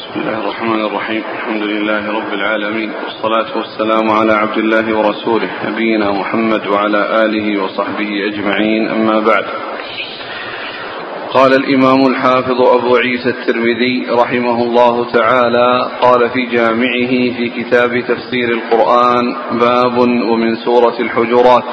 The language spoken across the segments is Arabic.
بسم الله الرحمن الرحيم. الحمد لله رب العالمين، والصلاة والسلام على عبد الله ورسوله نبينا محمد وعلى آله وصحبه أجمعين، أما بعد. قال الإمام الحافظ أبو عيسى الترمذي رحمه الله تعالى قال في جامعه في كتاب تفسير القرآن: باب ومن سورة الحجرات.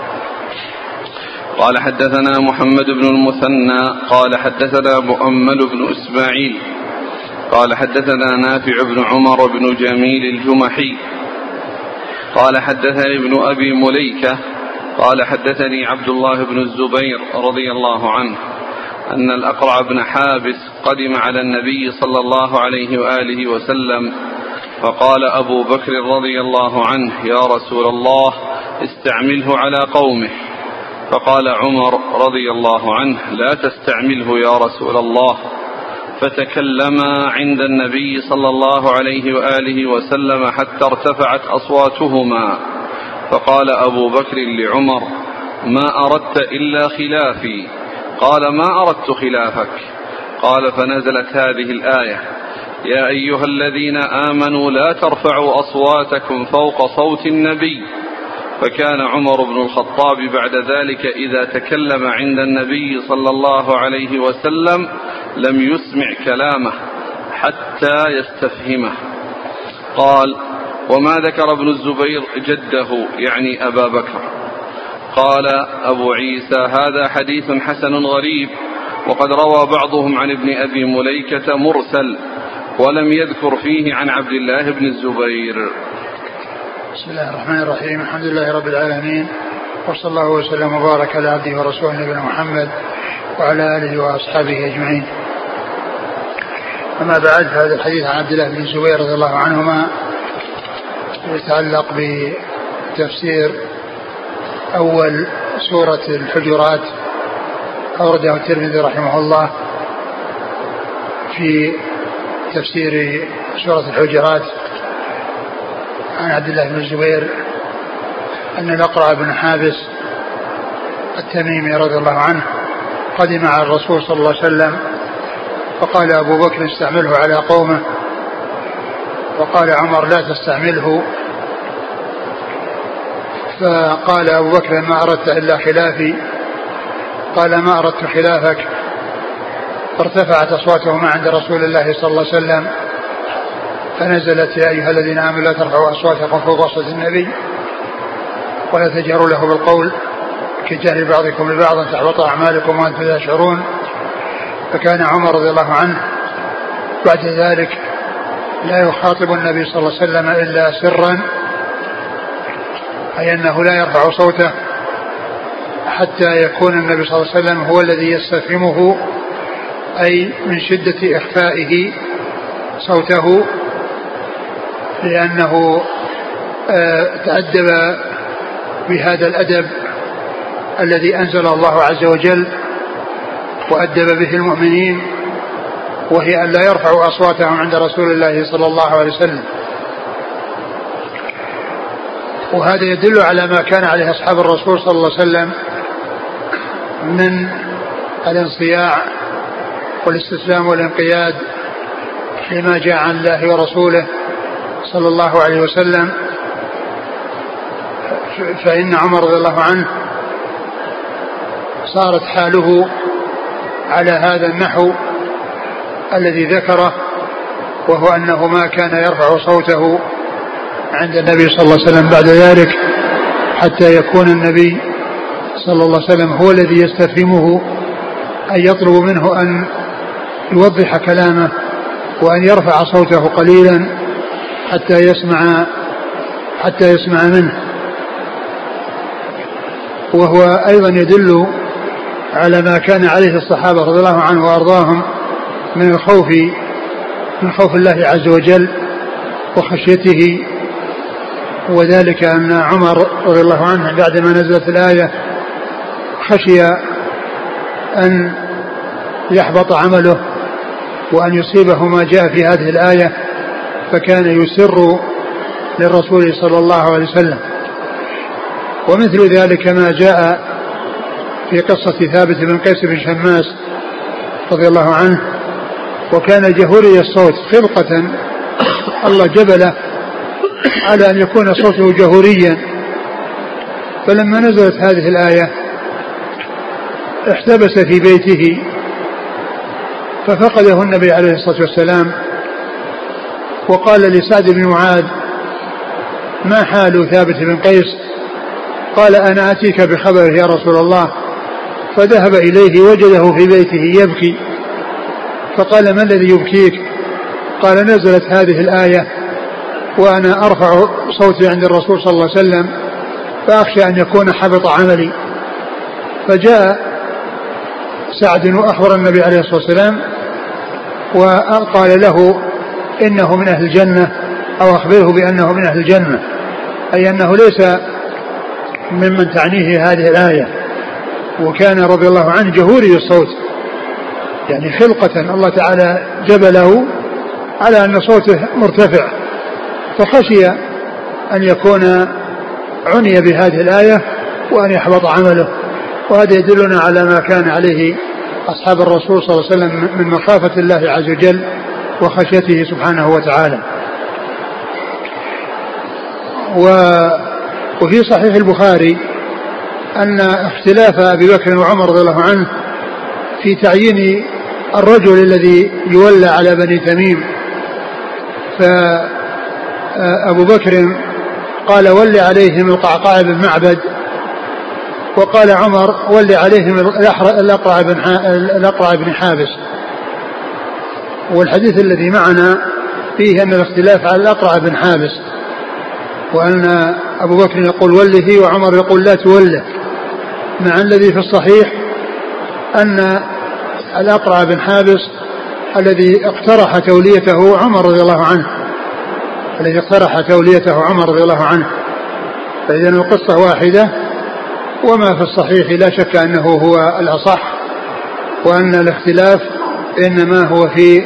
قال حدثنا محمد بن المثنى قال حدثنا مؤمل بن إسماعيل قال حدثنا نافع بن عمر بن جميل الجمحي قال حدثني ابن أبي مليكة قال حدثني عبد الله بن الزبير رضي الله عنه أن الأقرع بن حابس قدم على النبي صلى الله عليه وآله وسلم، فقال أبو بكر رضي الله عنه: يا رسول الله، استعمله على قومه. فقال عمر رضي الله عنه: لا تستعمله يا رسول الله. فتكلما عند النبي صلى الله عليه وآله وسلم حتى ارتفعت أصواتهما، فقال أبو بكر لعمر: ما أردت إلا خلافي. قال: ما أردت خلافك. قال: فنزلت هذه الآية: يا أيها الذين آمنوا لا ترفعوا أصواتكم فوق صوت النبي. فكان عمر بن الخطاب بعد ذلك إذا تكلم عند النبي صلى الله عليه وسلم لم يسمع كلامه حتى يستفهمه. قال: وما ذكر ابن الزبير جده يعني أبا بكر. قال أبو عيسى: هذا حديث حسن غريب، وقد روى بعضهم عن ابن أبي مليكة مرسل ولم يذكر فيه عن عبد الله بن الزبير. بسم الله الرحمن الرحيم. الحمد لله رب العالمين، وصلى الله وسلم وبارك على عبده ورسوله نبينا محمد وعلى آله وأصحابه أجمعين. أما بعد، هذا الحديث عن عبد الله بن الزبير رضي الله عنهما يتعلق بتفسير أول سورة الحجرات، أورده الترمذي رحمه الله في تفسير سورة الحجرات عن عبد الله بن الزبير أن الأقرع بن حابس التميمي رضي الله عنه قدم على الرسول صلى الله عليه وسلم، فقال أبو بكر: استعمله على قومه. وقال عمر: لا تستعمله. فقال أبو بكر: ما أردت إلا خلافي. قال: ما أردت خلافك. فارتفعت أصواتهما عند رسول الله صلى الله عليه وسلم، فنزلت: يا أيها الذين آمنوا لا ترفعوا أصواتكم فوق صوت النبي ولا تجهروا له بالقول كجهر بعضكم لبعض تحبط أعمالكم وأنتم لا تشعرون. فكان عمر رضي الله عنه بعد ذلك لا يخاطب النبي صلى الله عليه وسلم إلا سرا، أي أنه لا يرفع صوته حتى يكون النبي صلى الله عليه وسلم هو الذي يستفهمه، أي من شدة إخفائه صوته، لأنه تأدب بهذا الأدب الذي أنزل الله عز وجل وأدب به المؤمنين، وهي أن لا يرفعوا أصواتهم عند رسول الله صلى الله عليه وسلم. وهذا يدل على ما كان عليه أصحاب الرسول صلى الله عليه وسلم من الانصياع والاستسلام والانقياد لما جاء عن الله ورسوله صلى الله عليه وسلم. فإن عمر رضي الله عنه صارت حاله على هذا النحو الذي ذكره، وهو أنه ما كان يرفع صوته عند النبي صلى الله عليه وسلم بعد ذلك حتى يكون النبي صلى الله عليه وسلم هو الذي يستفهمه، أن يطلب منه أن يوضح كلامه وأن يرفع صوته قليلا حتى يسمع منه. وهو أيضا يدل على ما كان عليه الصحابة رضي الله عنه وأرضاهم من خوف الله عز وجل وخشيته، وذلك أن عمر رضي الله عنه بعدما نزلت الآية خشي أن يحبط عمله وأن يصيبه ما جاء في هذه الآية، فكان يسر للرسول صلى الله عليه وسلم. ومثل ذلك ما جاء في قصة ثابت بن قيس بن شماس رضي الله عنه وكان جهوري الصوت خلقة الله جبله على أن يكون صوته جهوريا. فلما نزلت هذه الآية احتبس في بيته ففقده النبي عليه الصلاة والسلام، وقال لسعد بن معاذ: ما حال ثابت بن قيس؟ قال: أنا أتيك بخبره يا رسول الله. فذهب إليه وجده في بيته يبكي، فقال: ما الذي يبكيك؟ قال: نزلت هذه الآية وأنا أرفع صوتي عند الرسول صلى الله عليه وسلم فأخشى أن يكون حبط عملي. فجاء سعد وأخبر النبي عليه الصلاة والسلام وقال له إنه من أهل الجنة، أو أخبره بأنه من أهل الجنة، أي أنه ليس ممن تعنيه هذه الآية. وكان رضي الله عنه جهوري الصوت، يعني خلقة الله تعالى جبله على أن صوته مرتفع، فخشي أن يكون عني بهذه الآية وأن يحبط عمله. وهذا يدلنا على ما كان عليه أصحاب الرسول صلى الله عليه وسلم من مخافة الله عز وجل وخشيته سبحانه وتعالى. وفي صحيح البخاري أن اختلاف أبي بكر وعمر رضي الله عنه في تعيين الرجل الذي يولى على بني تميم، فأبو بكر قال: ولي عليهم القعقاع بن معبد، وقال عمر: ولي عليهم الأقرع بن حابس. والحديث الذي معنا فيه أن الاختلاف على الأقرع بن حابس، وأن أبو بكر يقول وله وعمر يقول لا توله، مع الذي في الصحيح أن الأقرع بن حابس الذي اقترح توليته عمر رضي الله عنه، فإذا القصة واحدة، وما في الصحيح لا شك أنه هو الأصح، وأن الاختلاف إنما هو في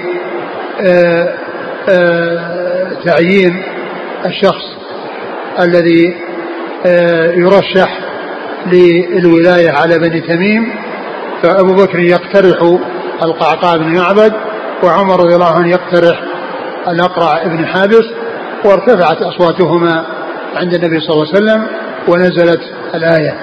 تعيين الشخص الذي يرشح للولاية على بني تميم. فأبو بكر يقترح القعقاع بن معبد، وعمر رضي الله عنه يقترح الأقرع بن حابس، وارتفعت أصواتهما عند النبي صلى الله عليه وسلم ونزلت الآية.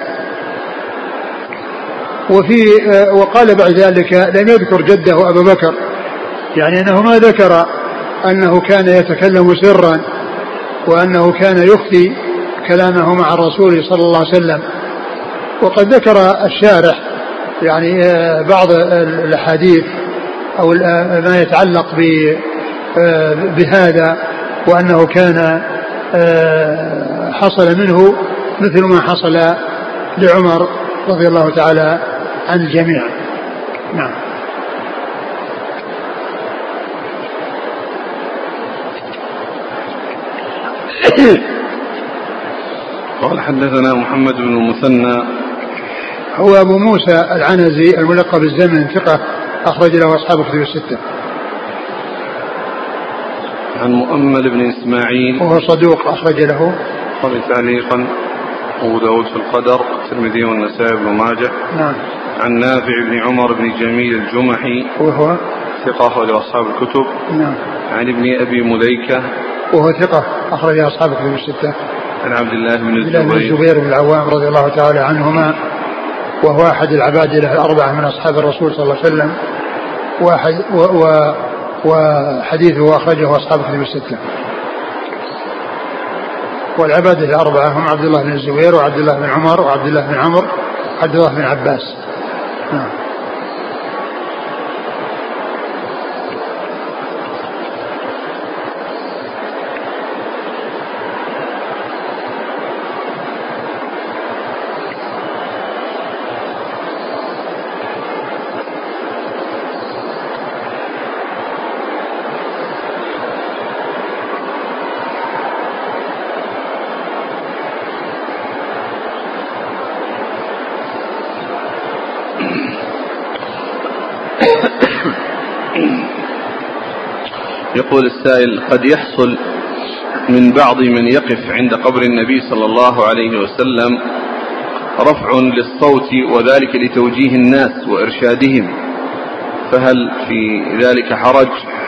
وقال بعد ذلك لم يذكر جده أبو بكر، يعني أنه ما ذكر أنه كان يتكلم سرا وأنه كان يخفي كلامه مع الرسول صلى الله عليه وسلم. وقد ذكر الشارح يعني بعض الأحاديث أو ما يتعلق بهذا، وأنه كان حصل منه مثل ما حصل لعمر رضي الله تعالى عن الجميع. نعم. قال: حدثنا محمد بن المثنى، هو أبو موسى العنزي الملقب بالزمن، ثقة أخرج له أصحاب الكتب الستة. عن مؤمل بن إسماعيل وهو صدوق أخرج له تعليقا أبو داود في القدر، الترمذي والنسائي بن ماجه. نعم. عن نافع بن عمر بن جميل الجمحي وهو ثقة أخرج أصحاب الكتب. نعم. عن ابن أبي مليكة وهو ثقة أخرج أصحاب الكتب الستة. عن عبد الله بن الزبير بن العوام رضي الله تعالى عنهما، وهو أحد العبادلة الأربعة من أصحاب الرسول صلى الله عليه وسلم، وحديثه أخرجه أصحاب الكتب الستة. والعبادة الأربعة هم عبد الله بن الزبير وعبد الله بن عمر وعبد الله بن عمرو وعبد الله بن عباس. نعم. يقول السائل: قد يحصل من بعض من يقف عند قبر النبي صلى الله عليه وسلم رفع للصوت، وذلك لتوجيه الناس وإرشادهم، فهل في ذلك حرج؟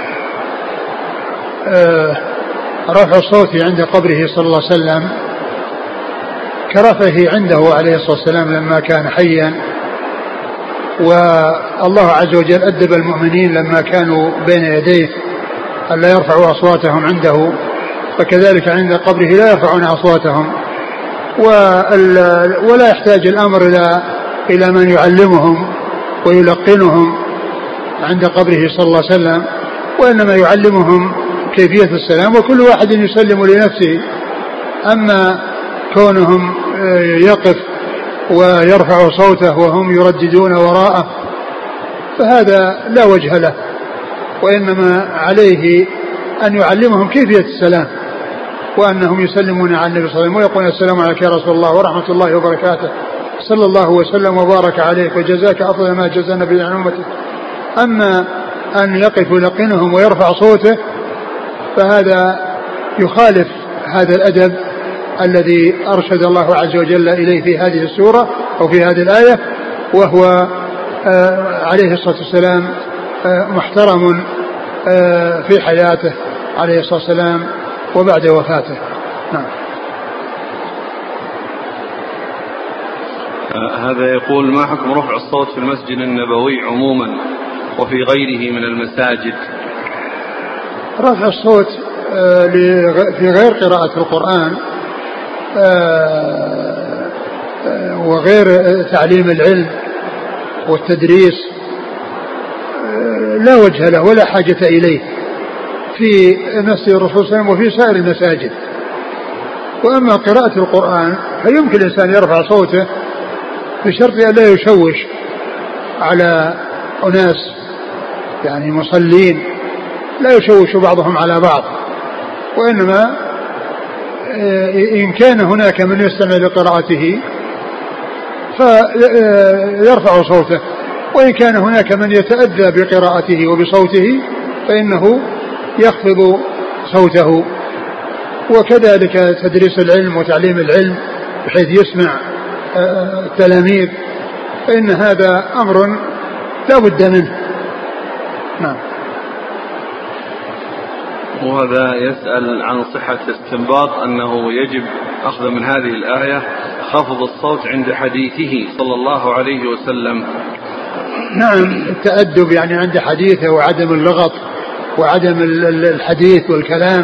رفع الصوت عند قبره صلى الله عليه وسلم كرفعه عنده عليه الصلاة والسلام لما كان حيا، والله عز وجل أدب المؤمنين لما كانوا بين يديه ألا يرفعوا أصواتهم عنده، فكذلك عند قبره لا يرفعون أصواتهم، ولا يحتاج الأمر إلى من يعلمهم ويلقنهم عند قبره صلى الله عليه وسلم، وإنما يعلمهم كيفية السلام وكل واحد يسلم لنفسه. أما كونهم يقف ويرفع صوته وهم يرددون وراءه فهذا لا وجه له، وإنما عليه أن يعلمهم كيفية السلام، وأنهم يسلمون على النبي صلى الله عليه وسلم ويقولون السلام عليك يا رسول الله ورحمة الله وبركاته، صلى الله وسلم وبارك عليك وجزاك أفضل ما جزى النبي عن أمته. أما أن يقف يلقنهم ويرفع صوته فهذا يخالف هذا الأدب الذي أرشد الله عز وجل إليه في هذه السورة أو في هذه الآية، وهو عليه الصلاة والسلام محترم في حياته عليه الصلاة والسلام وبعد وفاته. نعم. هذا يقول: ما حكم رفع الصوت في المسجد النبوي عموما وفي غيره من المساجد؟ رفع الصوت في غير قراءة القرآن وغير تعليم العلم والتدريس لا وجه له ولا حاجة إليه في مسجد الرسول صلى الله عليه وسلم وفي سائر المساجد. وأما قراءة القرآن فيمكن الإنسان يرفع صوته بشرط أن لا يشوش على أناس يعني مصلين، لا يشوش بعضهم على بعض، وإنما إن كان هناك من يستمع لقراءته فيرفع صوته، وإن كان هناك من يتأذى بقراءته وبصوته فإنه يخفض صوته. وكذلك تدريس العلم وتعليم العلم بحيث يسمع التلاميذ فإن هذا أمر لا بد منه. نعم. وهذا يسأل عن صحة استنباط أنه يجب أخذ من هذه الآية خفض الصوت عند حديثه صلى الله عليه وسلم. نعم، التأدب يعني عند حديثه وعدم اللغط وعدم الحديث والكلام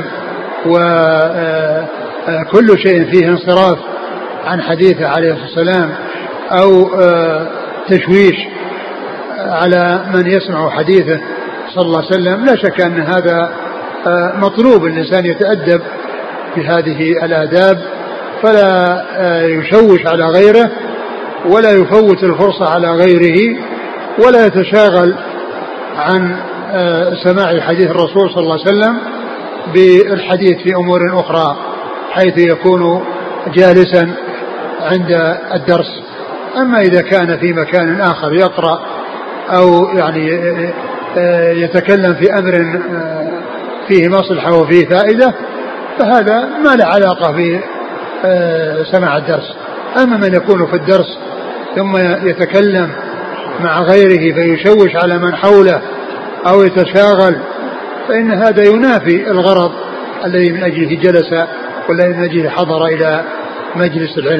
وكل شيء فيه انصراف عن حديثه عليه الصلاة والسلام أو تشويش على من يسمع حديثه صلى الله عليه وسلم. لا شك أن هذا مطلوب، الإنسان يتأدب بهذه الآداب فلا يشوش على غيره ولا يفوت الفرصة على غيره ولا يتشاغل عن سماع حديث الرسول صلى الله عليه وسلم بالحديث في أمور أخرى حيث يكون جالسا عند الدرس. أما إذا كان في مكان آخر يقرأ أو يعني يتكلم في أمر فيه مصلحة وفيه فائدة فهذا ما له علاقة بسماع الدرس. أما من يكون في الدرس ثم يتكلم مع غيره فيشوش على من حوله أو يتشاغل فإن هذا ينافي الغرض الذي من أجله جلس والذي من أجله حضر إلى مجلس العلم.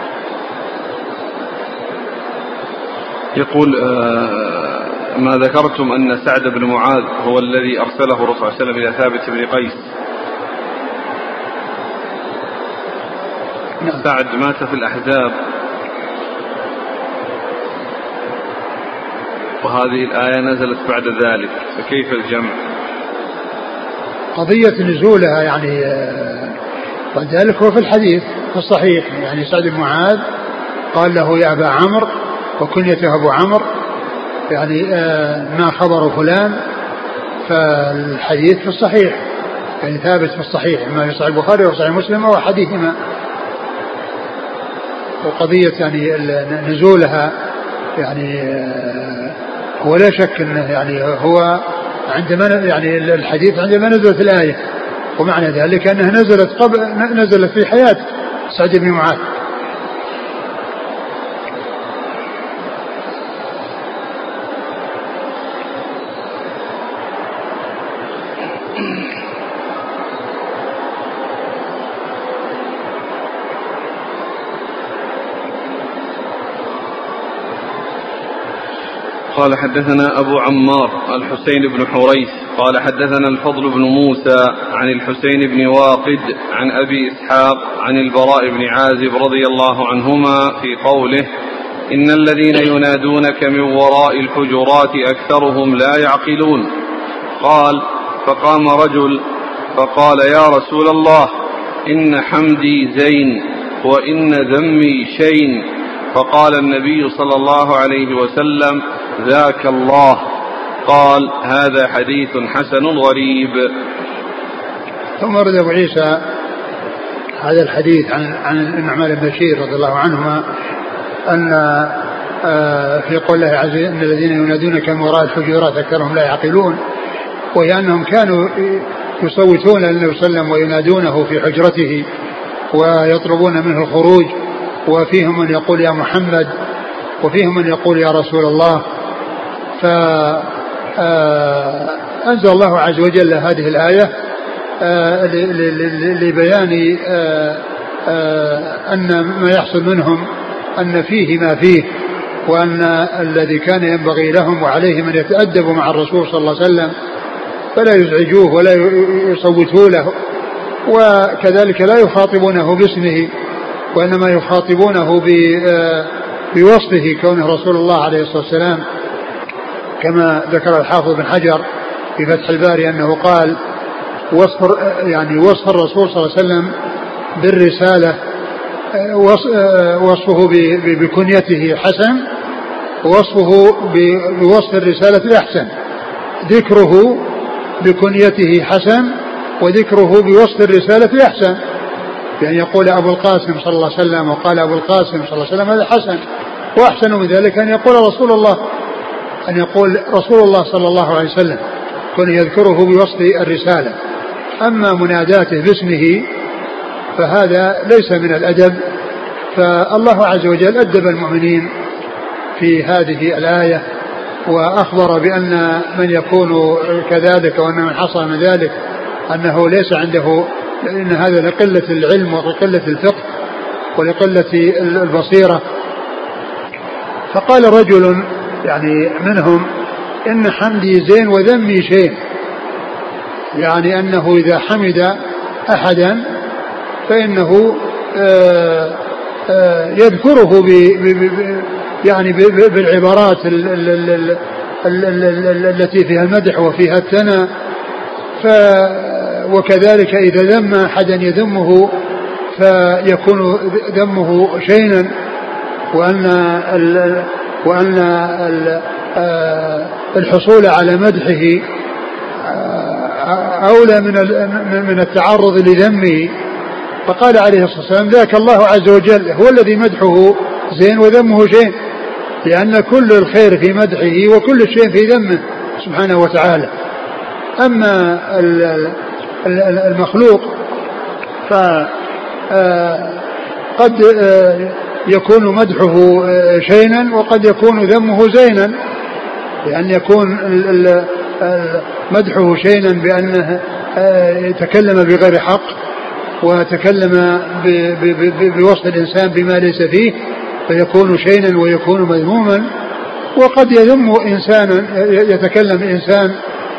يقول: ما ذكرتم أن سعد بن معاذ هو الذي أرسله الرسول صلى الله عليه وسلم إلى ثابت بن قيس. نعم. سعد مات في الأحزاب وهذه الآية نزلت بعد ذلك، فكيف الجمع؟ قضية نزولها يعني وذلك هو في الحديث في الصحيح، يعني سعد بن معاذ قال له يا أبا عمرو وكنيته أبو عمرو، يعني ما خبر فلان، فالحديث في الصحيح يعني ثابت في الصحيح ما في صحيح البخاري وصحيح مسلم وحديثهما. وقضية يعني نزولها يعني هو لا شك انه يعني هو عندما يعني الحديث عندما نزلت الآية، ومعنى ذلك انها نزلت في حياة سعد بن معاذ. قال حدثنا أبو عمار الحسين بن حريث قال حدثنا الفضل بن موسى عن الحسين بن واقد عن أبي إسحاق عن البراء بن عازب رضي الله عنهما في قوله إن الذين ينادونك من وراء الحجرات أكثرهم لا يعقلون. قال فقام رجل فقال يا رسول الله إن حمدي زين وإن ذمي شين. فقال النبي صلى الله عليه وسلم ذاك الله. قال هذا حديث حسن غريب. ثم ورد أبو عيسى هذا الحديث عن النعمان بن بشير رضي الله عنهما أن في قول الله عز وجل إن الذين ينادونك من وراء الحجرات أكثرهم لا يعقلون، وهي أنهم كانوا يصوتون للنبي صلى الله عليه وسلم وينادونه في حجرته ويطلبون منه الخروج، وفيهم من يقول يا محمد وفيهم من يقول يا رسول الله. فأنزل الله عز وجل هذه الآية لبيان أن ما يحصل منهم أن فيه ما فيه، وأن الذي كان ينبغي لهم وعليهم أن يتأدبوا مع الرسول صلى الله عليه وسلم فلا يزعجوه ولا يصوتوا له، وكذلك لا يخاطبونه باسمه وإنما يخاطبونه بوصفه كونه رسول الله عليه الصلاة والسلام، كما ذكر الحافظ بن حجر في فتح الباري أنه قال وصف الرسول صلى الله عليه وسلم بالرسالة وصفه بكنيته حسن، ووصفه بوصف الرسالة أحسن. ذكره بكنيته حسن وذكره بوصف الرسالة أحسن، يعني يقول أبو القاسم صلى الله عليه وسلم وقال أبو القاسم صلى الله عليه وسلم هذا حسن، وأحسن من ذلك أن يقول رسول الله صلى الله عليه وسلم كن يذكره بوصف الرسالة. أما مناداته باسمه فهذا ليس من الأدب، فالله عز وجل أدب المؤمنين في هذه الآية وأخبر بأن من يكون كذلك وأن من حصل من ذلك أنه ليس عنده، إن هذا لقلة العلم ولقلة الفقه ولقلة البصيرة. فقال رجل يعني منهم إن حمدي زين وذمي شين، يعني أنه إذا حمد أحدا فإنه يذكره يعني بالعبارات التي فيها المدح وفيها الثناء، وكذلك إذا ذم أحدا يذمه فيكون ذمه شينا، وأن الحصول على مدحه أولى من التعرض لذمه. فقال عليه الصلاة والسلام ذاك الله عز وجل هو الذي مدحه زين وذمه شين، لأن كل الخير في مدحه وكل الشيء في ذمه سبحانه وتعالى. أما المخلوق فقد يكون مدحه شينا وقد يكون ذمه زينا، لأن يكون مدحه شينا بأنه يتكلم بغير حق وتكلم بوصف الإنسان بما ليس فيه فيكون شينا ويكون مذموما، وقد يذم إنسانا يتكلم إنسان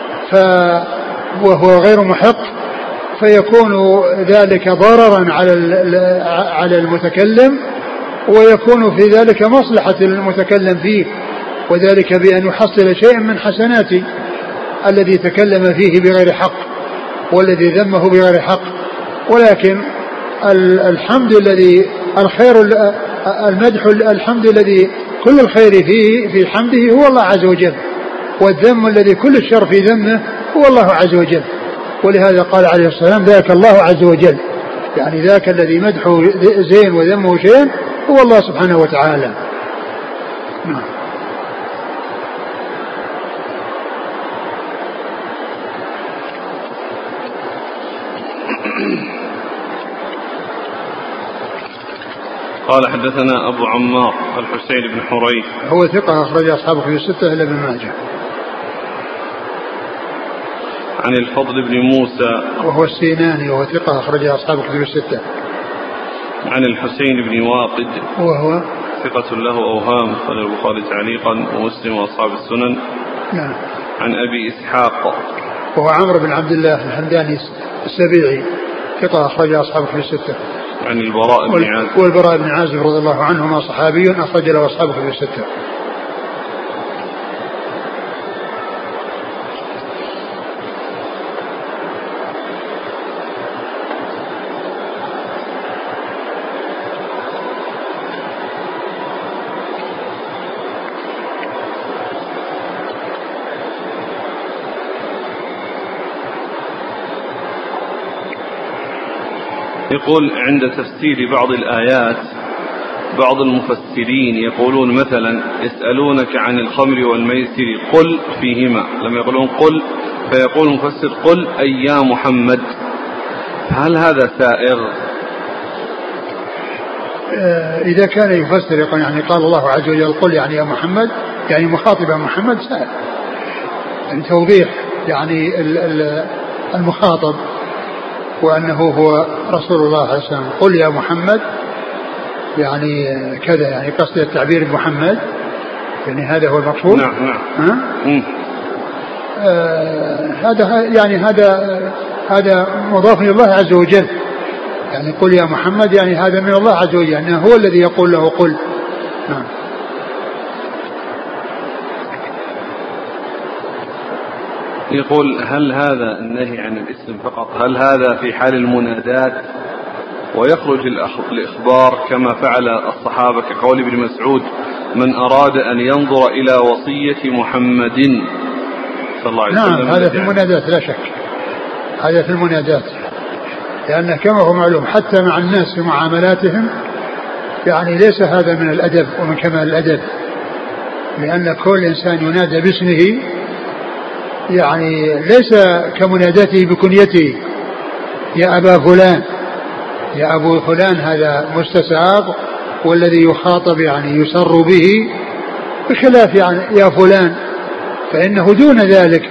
وهو غير محق فيكون ذلك ضررا على المتكلم، ويكون في ذلك مصلحة المتكلم فيه، وذلك بأن يحصل شيئا من حسنات الذي تكلم فيه بغير حق والذي ذمه بغير حق. ولكن الحمد الذي الخير المدح الحمد الذي كل الخير فيه في حمده هو الله عز وجل، والذم الذي كل الشر في ذمه هو الله عز وجل. ولهذا قال عليه الصلاة والسلام ذاك الله عز وجل، يعني ذاك الذي مدحه زين وذمه شين هو الله سبحانه وتعالى. قال حدثنا أبو عمار الحسين بن حريث هو ثقة أخرج أصحابه في الستة إلا ابن ماجه. عن الفضل بن موسى وهو السيناني وهو ثقة أخرج أصحابه في الستة. عن الحسين بن واقد وهو ثقة له أوهام، قال البخاري تعليقا ومسلم وأصحاب السنن. نعم. عن أبي إسحاق وهو عمرو بن عبد الله الحمداني السبيعي، ثقة أخرج أصحاب في الستة. عن البراء بن عازب. والبراء بن عازب رضي الله عنهما صحابي أخرج له أصحابه في الستة. يقول عند تفسير بعض الآيات بعض المفسرين يقولون مثلا يسألونك عن الخمر والميسر قل فيهما، لما يقولون قل فيقول المفسر قل أي يا محمد، هل هذا سائغ؟ إذا كان يفسر يقول يعني قال الله عز وجل قل يعني يا محمد، يعني مخاطبا محمد سائغ، يعني توضيح يعني المخاطب وأنه هو رسول الله عليه وسلم. قل يا محمد يعني كذا، يعني قصد التعبير بمحمد، يعني هذا هو المقصود. نعم. هذا يعني هذا مضاف إلى الله عز وجل، يعني قل يا محمد يعني هذا من الله عز وجل، يعني هو الذي يقول له قل. نعم. يقول هل هذا النهي عن الاسم فقط هل هذا في حال المنادات ويخرج الإخبار كما فعل الصحابة كقول ابن مسعود من أراد أن ينظر إلى وصية محمد صلى الله عليه وسلم؟ نعم، هذا في المنادات لا شك، هذا في المنادات، لأنه كما هو معلوم حتى مع الناس في معاملاتهم يعني ليس هذا من الأدب ومن كمال الأدب، لأن كل إنسان ينادى باسمه يعني ليس كمناداته بكنيته يا أبا فلان، يا أبو فلان هذا مستساغ، والذي يخاطب يعني يسر به، بخلاف يعني يا فلان فإنه دون ذلك.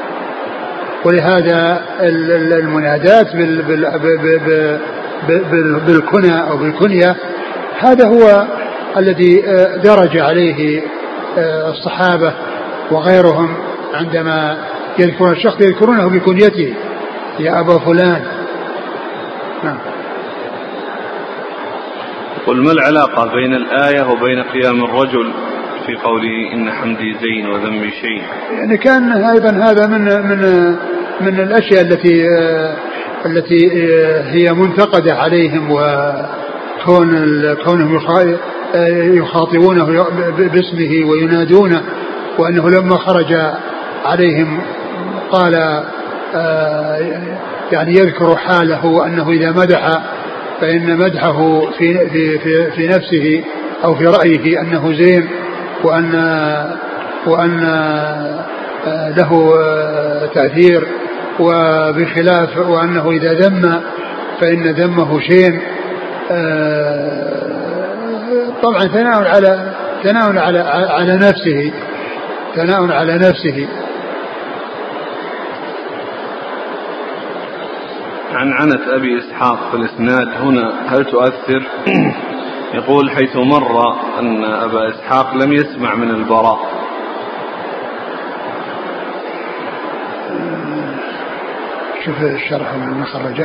ولهذا المنادات بالكنى أو بالكنية هذا هو الذي درج عليه الصحابة وغيرهم، عندما يذكرون الشخص يذكرونه بكنيته يا أبا فلان. نعم. قل ما العلاقة بين الآية وبين قيام الرجل في قوله إن حمدي زين وذمي شيء؟ يعني كان أيضا هذا من الأشياء التي هي منتقدة عليهم، وكونهم يخاطبونه باسمه وينادونه، وأنه لما خرج عليهم قال يعني يذكر حاله وأنه إذا مدح فإن مدحه في نفسه أو في رأيه أنه زين، وأن له تأثير، وبخلاف وأنه إذا ذم فإن ذمه شين. طبعا ثناء على نفسه. عن عنة أبي إسحاق في الإسناد هنا هل تؤثر؟ يقول حيث مر أن أبا إسحاق لم يسمع من البراء. شوف الشرح من خرجه.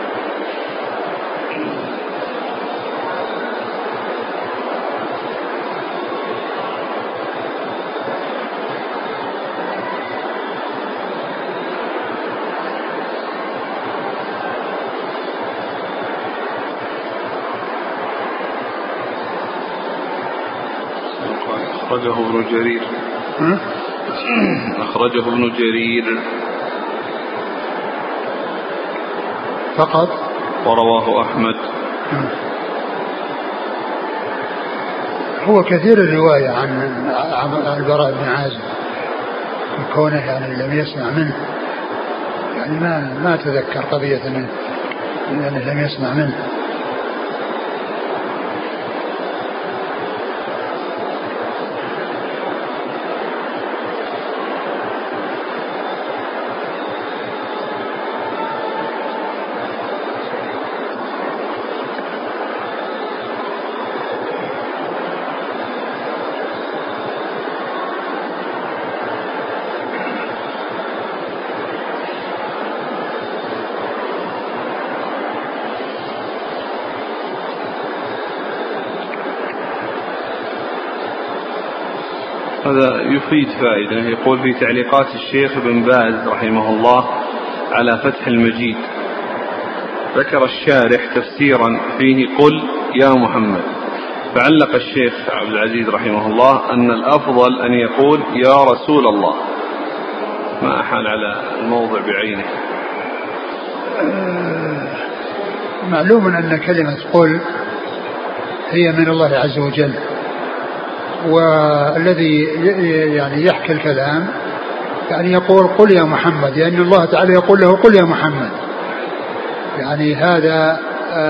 أخرجه ابن جرير. أخرجه ابن جرير فقط، ورواه أحمد. هو كثير الرواية عن البراء بن عازب، كونه يعني لم يسمع منه، يعني ما تذكر قضية منه يعني لم يسمع منه. هذا يفيد فائدة. يقول في تعليقات الشيخ ابن باز رحمه الله على فتح المجيد ذكر الشارح تفسيرا فيه قل يا محمد، فعلق الشيخ عبد العزيز رحمه الله أن الأفضل أن يقول يا رسول الله، ما أحال على الموضع بعينه. معلوم أن كلمة قل هي من الله عز وجل، والذي يعني يحكي الكلام يعني يقول قل يا محمد، لأن يعني الله تعالى يقول له قل يا محمد، يعني هذا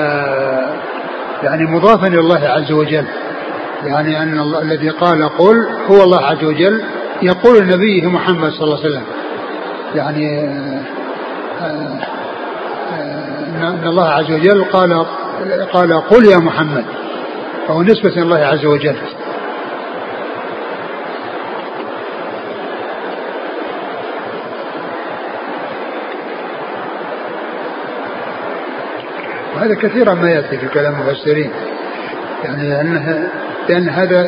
يعني مضافا إلى الله عز وجل، يعني أن الذي قال قل هو الله عز وجل يقول لنبيه محمد صلى الله عليه وسلم، يعني أن الله عز وجل قال قل يا محمد، فهو نسبة إلى الله عز وجل. وهذا كثيرا ما يأتي في كلام المفسرين، يعني لأن هذا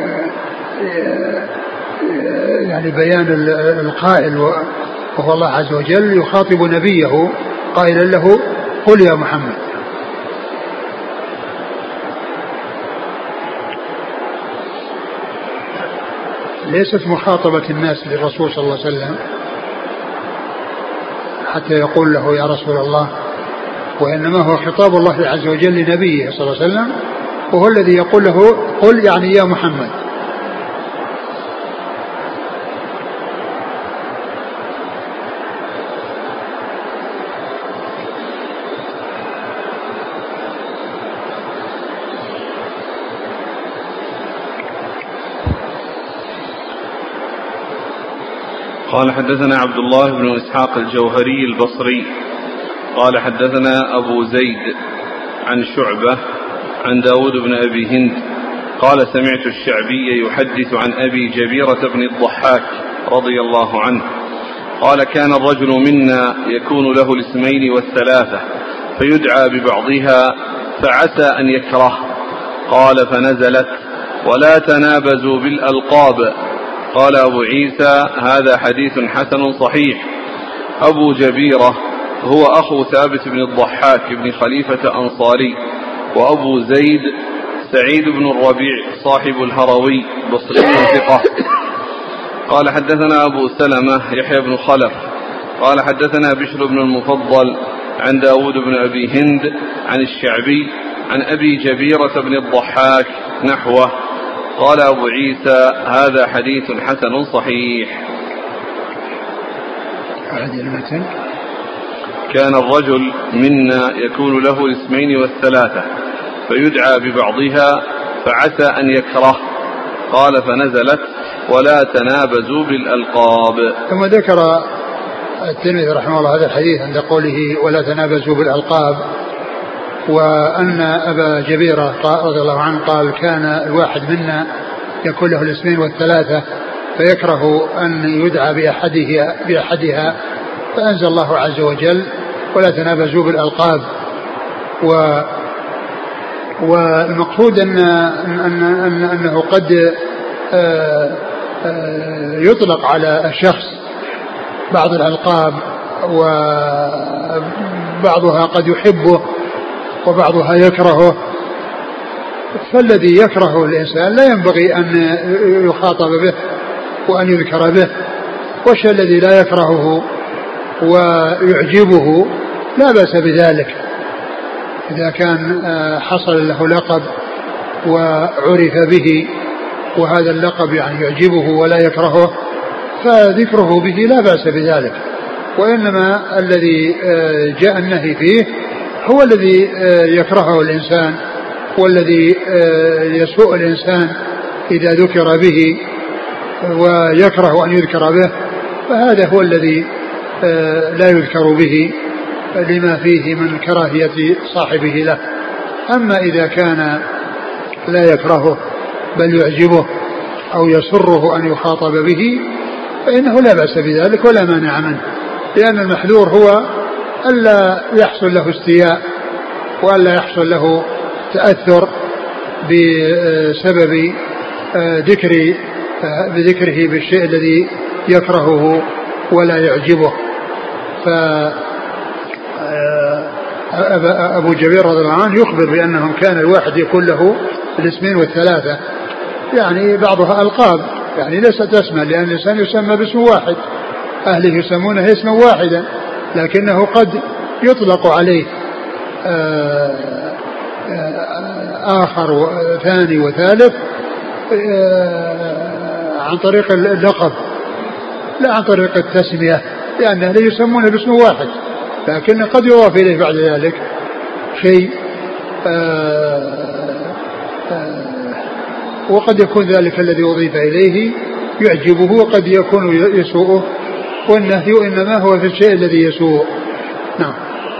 يعني بيان القائل وهو الله عز وجل يخاطب نبيه قائلا له قل يا محمد. ليست مخاطبة الناس للرسول صلى الله عليه وسلم حتى يقول له يا رسول الله، وإنما هو خطاب الله عز وجل لنبيه صلى الله عليه وسلم، وهو الذي يقول له قل يعني يا محمد. قال حدثنا عبد الله بن إسحاق الجوهري البصري قال حدثنا أبو زيد عن شعبة عن داود بن أبي هند قال سمعت الشعبي يحدث عن أبي جبيرة بن الضحاك رضي الله عنه قال كان الرجل منا يكون له الاسمين والثلاثة فيدعى ببعضها فعسى أن يكره، قال فنزلت ولا تنابزوا بالألقاب. قال أبو عيسى هذا حديث حسن صحيح. أبو جبيرة هو أخو ثابت بن الضحاك بن خليفة أنصاري، وأبو زيد سعيد بن الربيع صاحب الهروي بصري ثقة. قال حدثنا أبو سلمة يحيى بن خلف قال حدثنا بشر بن المفضل عن داود بن أبي هند عن الشعبي عن أبي جبيرة بن الضحاك نحوه. قال أبو عيسى هذا حديث حسن صحيح. كان الرجل منا يكون له الاسمين والثلاثة فيدعى ببعضها فعسى أن يكره، قال فنزلت ولا تنابزوا بالألقاب. ثم ذكر الترمذي رحمه الله هذا الحديث عند قوله ولا تنابزوا بالألقاب، وأن أبا جبيرة رضي الله عنه قال كان الواحد منا يكون له الاسمين والثلاثة فيكره أن يدعى بأحدها، فأنزل الله عز وجل ولا تنابزوا بالألقاب. والمقصود أنه قد يطلق على الشخص بعض الألقاب، وبعضها قد يحبه وبعضها يكرهه، فالذي يكرهه الإنسان لا ينبغي أن يخاطب به وأن يذكر به، والشيء الذي لا يكرهه ويعجبه لا بأس بذلك إذا كان حصل له لقب وعرف به وهذا اللقب يعني يعجبه ولا يكرهه فذكره به لا بأس بذلك. وإنما الذي جاء النهي فيه هو الذي يكرهه الإنسان والذي يسوء الإنسان إذا ذكر به ويكره أن يذكر به، فهذا هو الذي لا يذكر به لما فيه من كراهية صاحبه له. أما إذا كان لا يكرهه بل يعجبه أو يسره أن يخاطب به فإنه لا بأس بذلك ولا مانع منه، لأن المحذور هو ألا يحصل له استياء وألا يحصل له تأثر بسبب ذكر بذكره بالشيء الذي يكرهه ولا يعجبه. أبو جبير رضي الله عنه يخبر بأنهم كان الواحد يكون له الاسمين والثلاثة، يعني بعضها ألقاب، يعني ليست اسما، لأن الإنسان يسمى باسم واحد، أهله يسمونه اسما واحدا، لكنه قد يطلق عليه آخر وثاني وثالث عن طريق اللقب لا عن طريق التسمية، لأن أهله يسمونه باسم واحد، لكن قد يضاف إليه بعد ذلك شيء وقد يكون ذلك الذي أضيف إليه يعجبه وقد يكون يسوءه، والنهي إنما هو في الشيء الذي يسوء. نعم.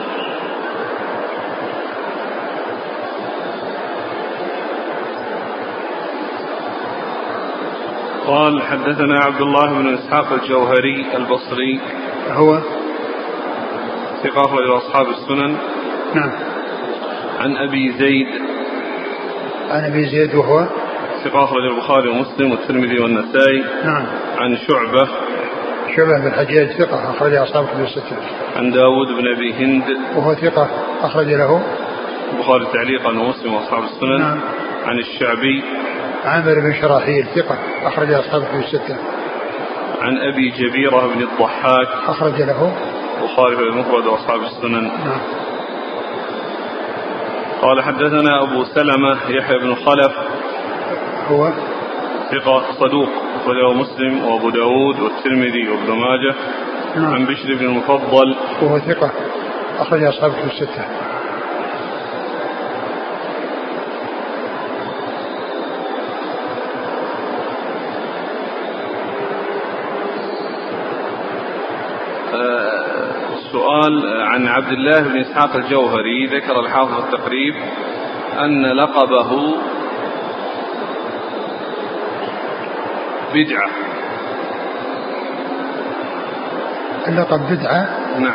قال حدثنا عبد الله بن إسحاق الجوهري البصري، هو ثقة أخرج أصحاب السنن. نعم. عن أبي زيد، عن أبي زيد وهو ثقة أخرج البخاري ومسلم والترمذي والنسائي. نعم. عن شعبة بن الحجاج ثقة أخرج أصحاب كتب الستة. عن داود بن أبي هند وهو ثقة أخرج له البخاري تعليقا ومسلم وأصحاب السنن. نعم. عن الشعبي عامر بن شراحيل ثقة أخرج أصحاب كتب الستة. عن أبي جبيرة بن الضحاك أخرج له البخاري في المفرد وأصحاب السنن. نعم. قال حدثنا أبو سلمة يحيى بن خلف، هو ثقة صدوق أخرجه مسلم وأبو داود والترمذي وابن ماجه. نعم. عن بشر بن المفضل وهو ثقة أخرج أصحاب كتب الستة. السؤال عن عبد الله بن إسحاق الجوهري، ذكر الحافظ التقريب أن لقبه بدعة. اللقب بدعة؟ نعم.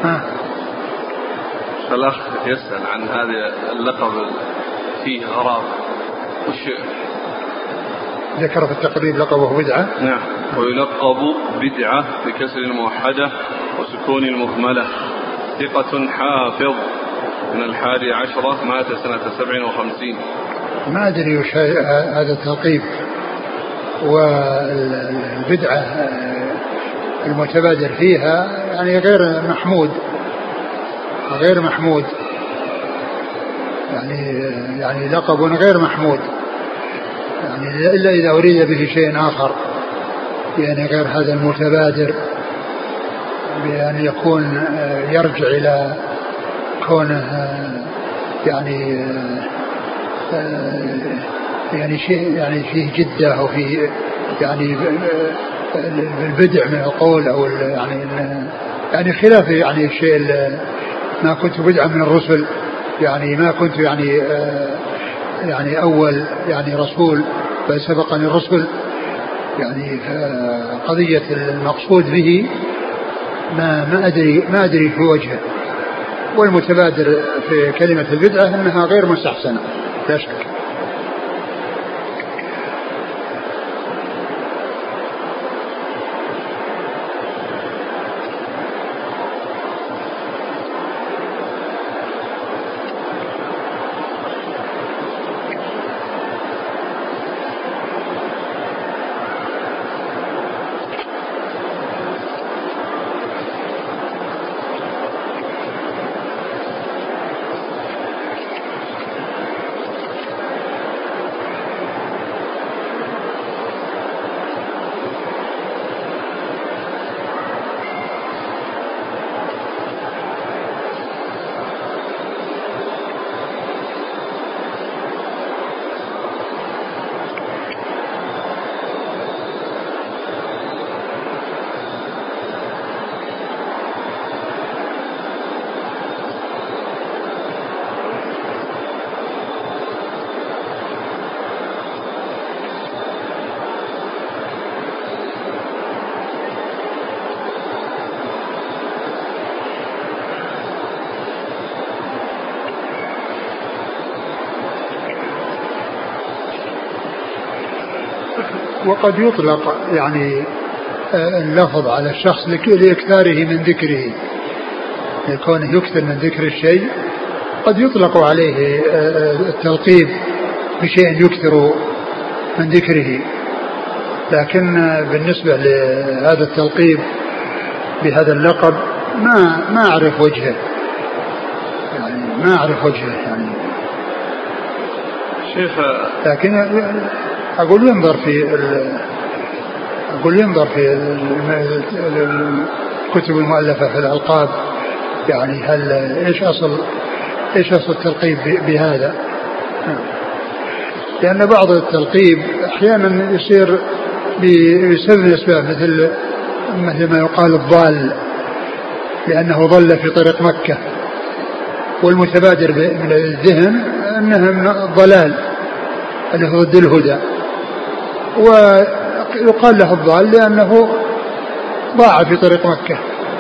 فالأخ يسأل عن هذا اللقب فيه غرابة، وش ذكر في التقريب لقبه بدعة؟ نعم. ويلقب بدعة بكسر الموحدة وسكون المهملة، ثقة حافظ من 11 مات سنة 57. ما أدري وش هذا التلقيب. والبدعة المتبادر فيها يعني غير محمود يعني لقب غير محمود، يعني إلا إذا أريد به شيء آخر، يعني غير هذا المتبادر، بأن يكون يرجع إلى كونه يعني شيء يعني فيه جدة أو فيه يعني البدع من القول أو يعني خلاف يعني الشيء ما كنت بدعا من الرسل، يعني ما كنت يعني أول يعني رسول بل سبقني الرسل، يعني قضية المقصود به ما أدري في وجهه. والمتبادر في كلمة البدعة أنها غير مستحسنة لا شك. وقد يطلق يعني اللفظ على الشخص لإكثاره من ذكره، لكونه يكثر من ذكر الشيء. قد يطلق عليه التلقيب بشيء يكثر من ذكره، لكن بالنسبة لهذا التلقيب بهذا اللقب ما أعرف وجهه، يعني ما أعرف وجهه يعني شيخ. لكن أقول ينظر في الكتب المؤلفة في الألقاب، يعني هل إيش أصل التلقيب بهذا؟ لأن بعض التلقيب أحيانا يصير بسبب الأسباب، مثل ما يقال الضال، لأنه ضل في طريق مكة، والمتبادر من الذهن أنها من الضلال اللي هو ضد الهدى، ويقال له الضال لأنه ضاع في طريق مكة.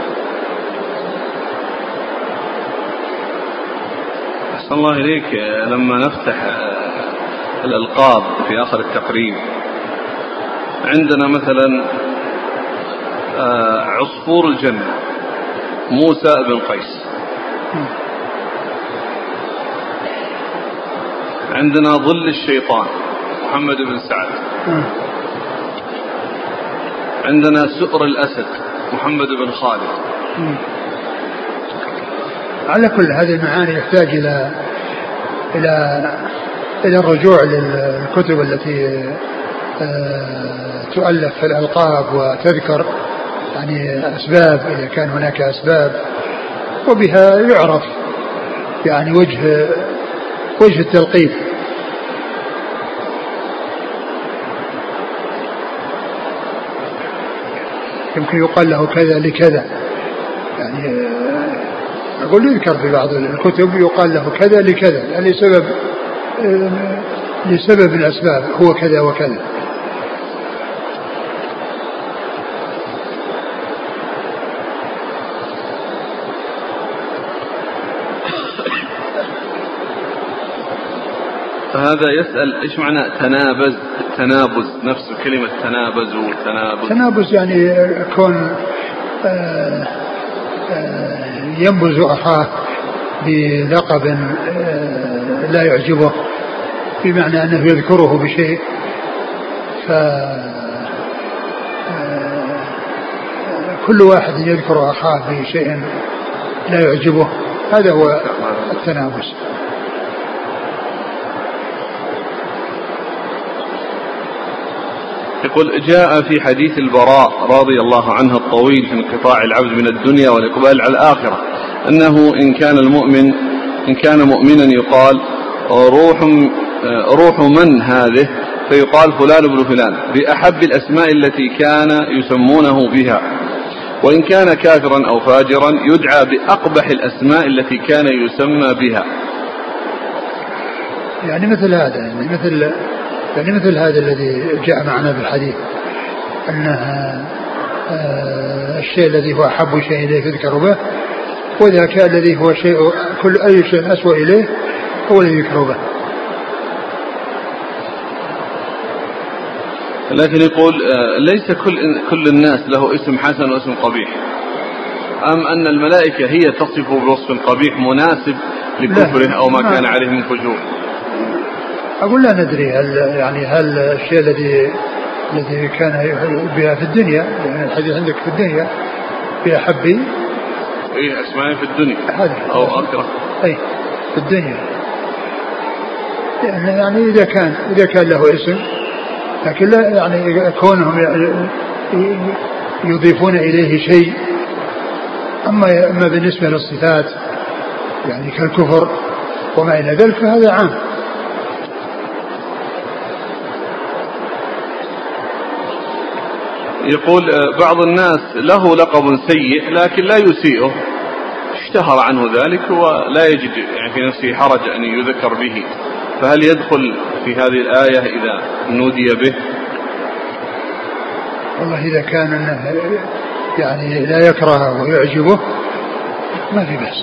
أحسن الله إليك. لما نفتح الألقاب في آخر التقريب، عندنا مثلا عصفور الجنة موسى بن قيس، عندنا ظل الشيطان محمد بن سعد، عندنا سؤر الأسد محمد بن خالد. على كل هذه المعاني يحتاج إلى الرجوع للكتب التي تؤلف في الألقاب وتذكر يعني أسباب إذا كان هناك أسباب، وبها يعرف يعني وجه التلقيب. يمكن يقال له كذا لكذا، يعني أقول يذكر في بعض الكتب يقال له كذا لكذا، يعني لسبب من الأسباب هو كذا وكذا. فهذا يسأل إيش معنى التنابز نفسه، كلمة تنابز والتنابز. تنابز يعني كون ينبز أخاه بلقب لا يعجبه، بمعنى أنه يذكره بشيء كل واحد يذكر أخاه بشيء لا يعجبه، هذا هو التنابز. يقول جاء في حديث البراء رضي الله عنه الطويل في انقطاع العبد من الدنيا والإقبال على الآخرة أنه إن كان مؤمنا يقال روح من هذه، فيقال فلان بن فلان بأحب الأسماء التي كان يسمونه بها، وإن كان كافرا أو فاجرا يدعى بأقبح الأسماء التي كان يسمى بها. يعني مثل هذا، مثل هذا الذي جاء معنا في الحديث، أنها الشيء الذي هو أحب شيء إليه يذكر به، وذاك الذي هو أي شيء أسوأ إليه هو الذي يذكر به. لكن يقول ليس كل الناس له اسم حسن واسم قبيح، أم أن الملائكة هي تصف بوصف قبيح مناسب لكفره أو ما كان عليه من فجور؟ أقول لا ندري هل الشيء الذي كان بها في الدنيا، يعني الحديث عندك في الدنيا بأحب أسماء في الدنيا أو أكره في الدنيا، يعني إذا كان له اسم، لكن لا يعني كونهم يضيفون إليه شيء. أما بالنسبة للصفات يعني كالكفر وما إلى ذلك فهذا عام. يقول بعض الناس له لقب سيء لكن لا يسيئه، اشتهر عنه ذلك ولا يجد يعني في نفسه حرج أن يذكر به، فهل يدخل في هذه الآية إذا نودي به؟ والله إذا كان أنه يعني لا يكرهه ويعجبه ما في بأس،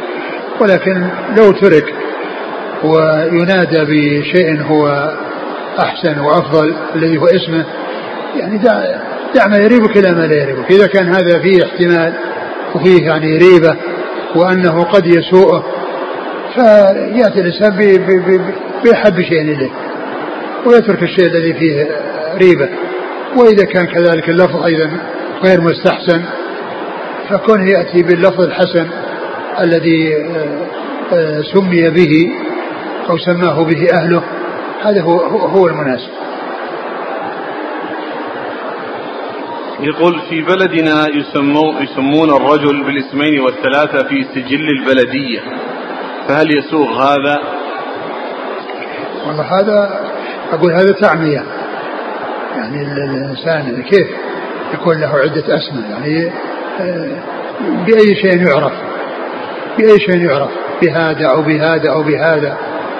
ولكن لو ترك وينادى بشيء هو أحسن وأفضل الذي هو اسمه، يعني دع ما يريبك إلى ما لا يريبك. إذا كان هذا فيه احتمال وفيه يعني ريبة وأنه قد يسوءه فيأتي الإنسان بأحب شيء إليه ويترك الشيء الذي فيه ريبة. وإذا كان كذلك اللفظ أيضا غير مستحسن فكونه يأتي باللفظ الحسن الذي سمي به أو سماه به أهله، هذا هو المناسب. يقول في بلدنا يسمون الرجل بالاسمين والثلاثة في سجل البلدية، فهل يسوغ هذا؟ والله هذا أقول هذا تعمية، يعني الإنسان كيف يكون له عدة أسماء؟ يعني بأي شيء يعرف، بأي شيء يعرف، بهذا أو بهذا أو بهذا.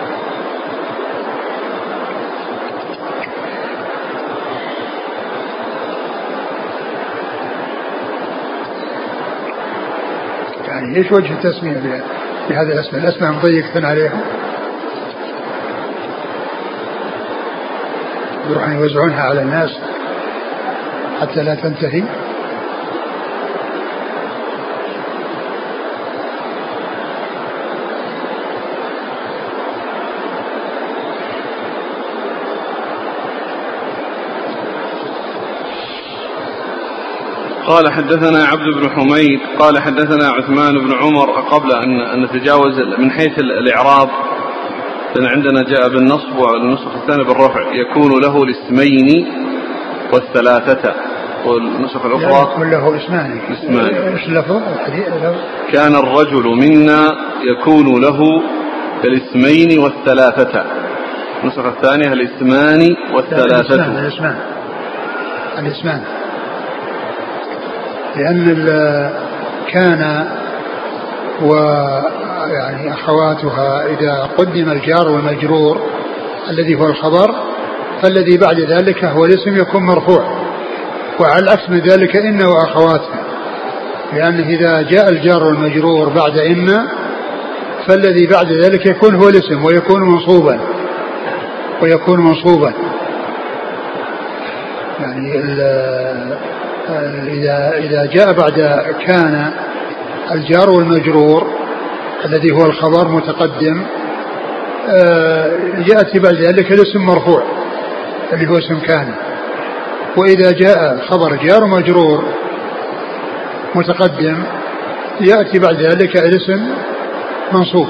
يعني ايش وجه التسمية بهذه الأسماء؟ الأسماء مضيقة عليهم، يروحون يوزعونها على الناس حتى لا تنتهي. قال حدثنا عبد بن حميد قال حدثنا عثمان بن عمر. قبل أن نتجاوز من حيث الإعراب، لأن عندنا جاء بالنصب والنسخ الثاني بالرفع، يكون له الاسمين والثلاثة، والنسخ الأخرى يكون له اسمان. ايش اللفظ الحديث؟ كان الرجل منا يكون له الاسمين والثلاثة، النسخ الثانية الاسمان والثلاثة. الاسمان لأن كان ويعني أخواتها إذا قدم الجار والمجرور الذي هو الخبر فالذي بعد ذلك هو الاسم يكون مرفوع، وعلى العكس من ذلك إن وأخواتها، لأن إذا جاء الجار والمجرور بعد إن فالذي بعد ذلك يكون هو الاسم ويكون منصوبا يعني إذا جاء بعد كان الجار والمجرور الذي هو الخبر متقدم يأتي بعد ذلك الاسم مرفوع اللي هو اسم كان، وإذا جاء خبر جار ومجرور متقدم يأتي بعد ذلك الاسم منصوب،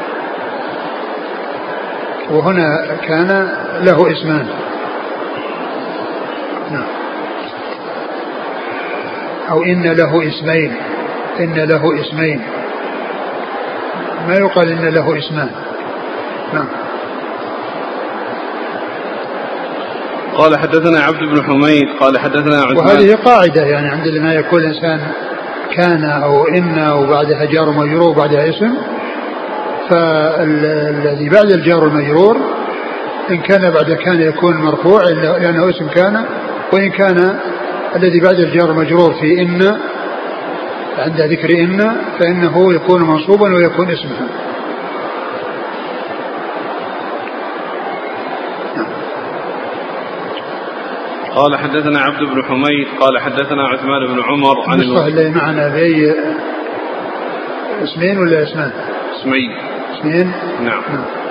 وهنا كان له اسمان. نعم. أو إن له اسمين، ما يقال إن له اسمان. نعم. قال حدثنا عبد بن حميد قال حدثنا عثمان. وهذه قاعدة يعني عندما يكون الإنسان كان أو إن وبعدها جار ومجرور وبعدها اسم، فالذي بعد الجار والمجرور إن كان بعد كان يكون مرفوع لأنه اسم كان، وإن كان الذي بعد الجار والمجرور في إن عند ذكر إن فإنه يكون منصوبا ويكون اسمها. قال حدثنا عبد بن حميد قال حدثنا عثمان بن عمر عن اللي معنا بأي اسمين ولا اسمان؟ اسمين. نعم.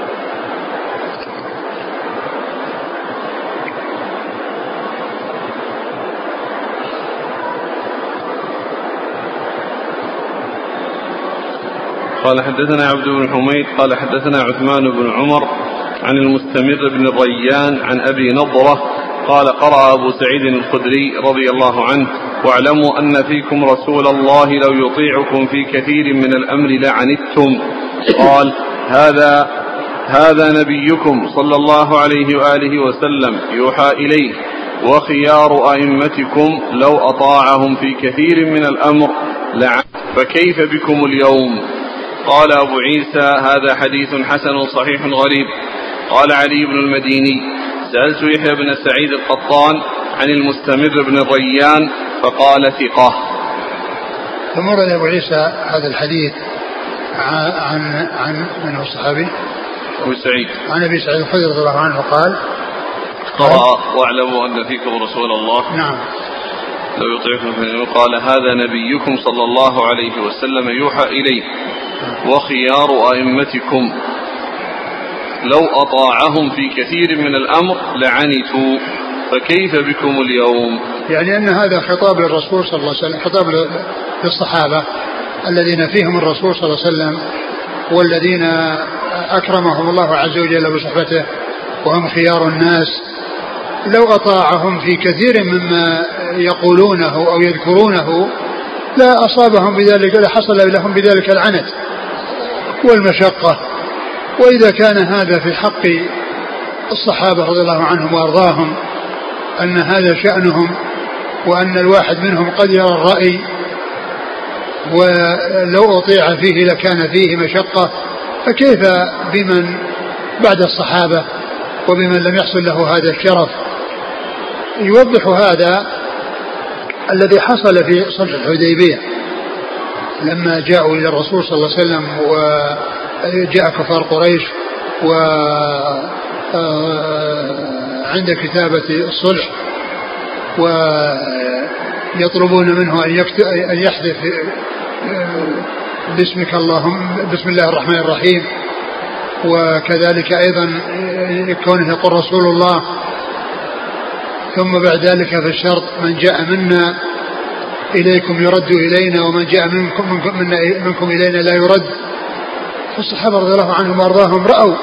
قال حدثنا عبد بن حميد قال حدثنا عثمان بن عمر عن المستمر بن الريان عن أبي نضرة قال قرأ أبو سعيد الخدري رضي الله عنه: واعلموا أن فيكم رسول الله لو يطيعكم في كثير من الأمر لعنتم. قال: هذا نبيكم صلى الله عليه وآله وسلم يوحى إليه، وخيار أئمتكم لو أطاعهم في كثير من الأمر لعنتم، فكيف بكم اليوم؟ قال أبو عيسى: هذا حديث حسن صحيح غريب. قال علي بن المديني: سألت يحيى بن سعيد القطان عن المستمر بن الريان فقال: ثقة. ثم ورد أبو عيسى هذا الحديث عن من هو الصحابي؟ أبو سعيد. عن أبي سعيد الخدري رضي الله عنه قال: قرأ واعلموا أن فيكم رسول الله. نعم. لو يطيعكم قال هذا نبيكم صلى الله عليه وسلم يوحى إليه وخيار أئمتكم لو أطاعهم في كثير من الأمر لعنتوا فكيف بكم اليوم؟ يعني أن هذا خطاب للرسول صلى الله عليه وسلم، خطاب للصحابة الذين فيهم الرسول صلى الله عليه وسلم والذين أكرمهم الله عز وجل بصحبته وهم خيار الناس، لو أطاعهم في كثير مما يقولونه أو يذكرونه لا أصابهم بذلك، لا حصل لهم بذلك العنت والمشقة. وإذا كان هذا في حق الصحابة رضي الله عنهم وأرضاهم أن هذا شأنهم وأن الواحد منهم قد يرى الرأي ولو أطيع فيه لكان فيه مشقة، فكيف بمن بعد الصحابة وبمن لم يحصل له هذا الشرف؟ يوضح هذا الذي حصل في صلح الحديبية لما جاءوا إلى الرسول صلى الله عليه وسلم وجاء كفار قريش وعند كتابة الصلح ويطلبون منه أن يحذف باسمك اللهم بسم الله الرحمن الرحيم، وكذلك أيضا كونه يقول رسول الله، ثم بعد ذلك في الشرط من جاء منا إليكم يرد إلينا ومن جاء منكم إلينا لا يرد. فالصحابة رضي الله عنهم وأرضاهم رأوا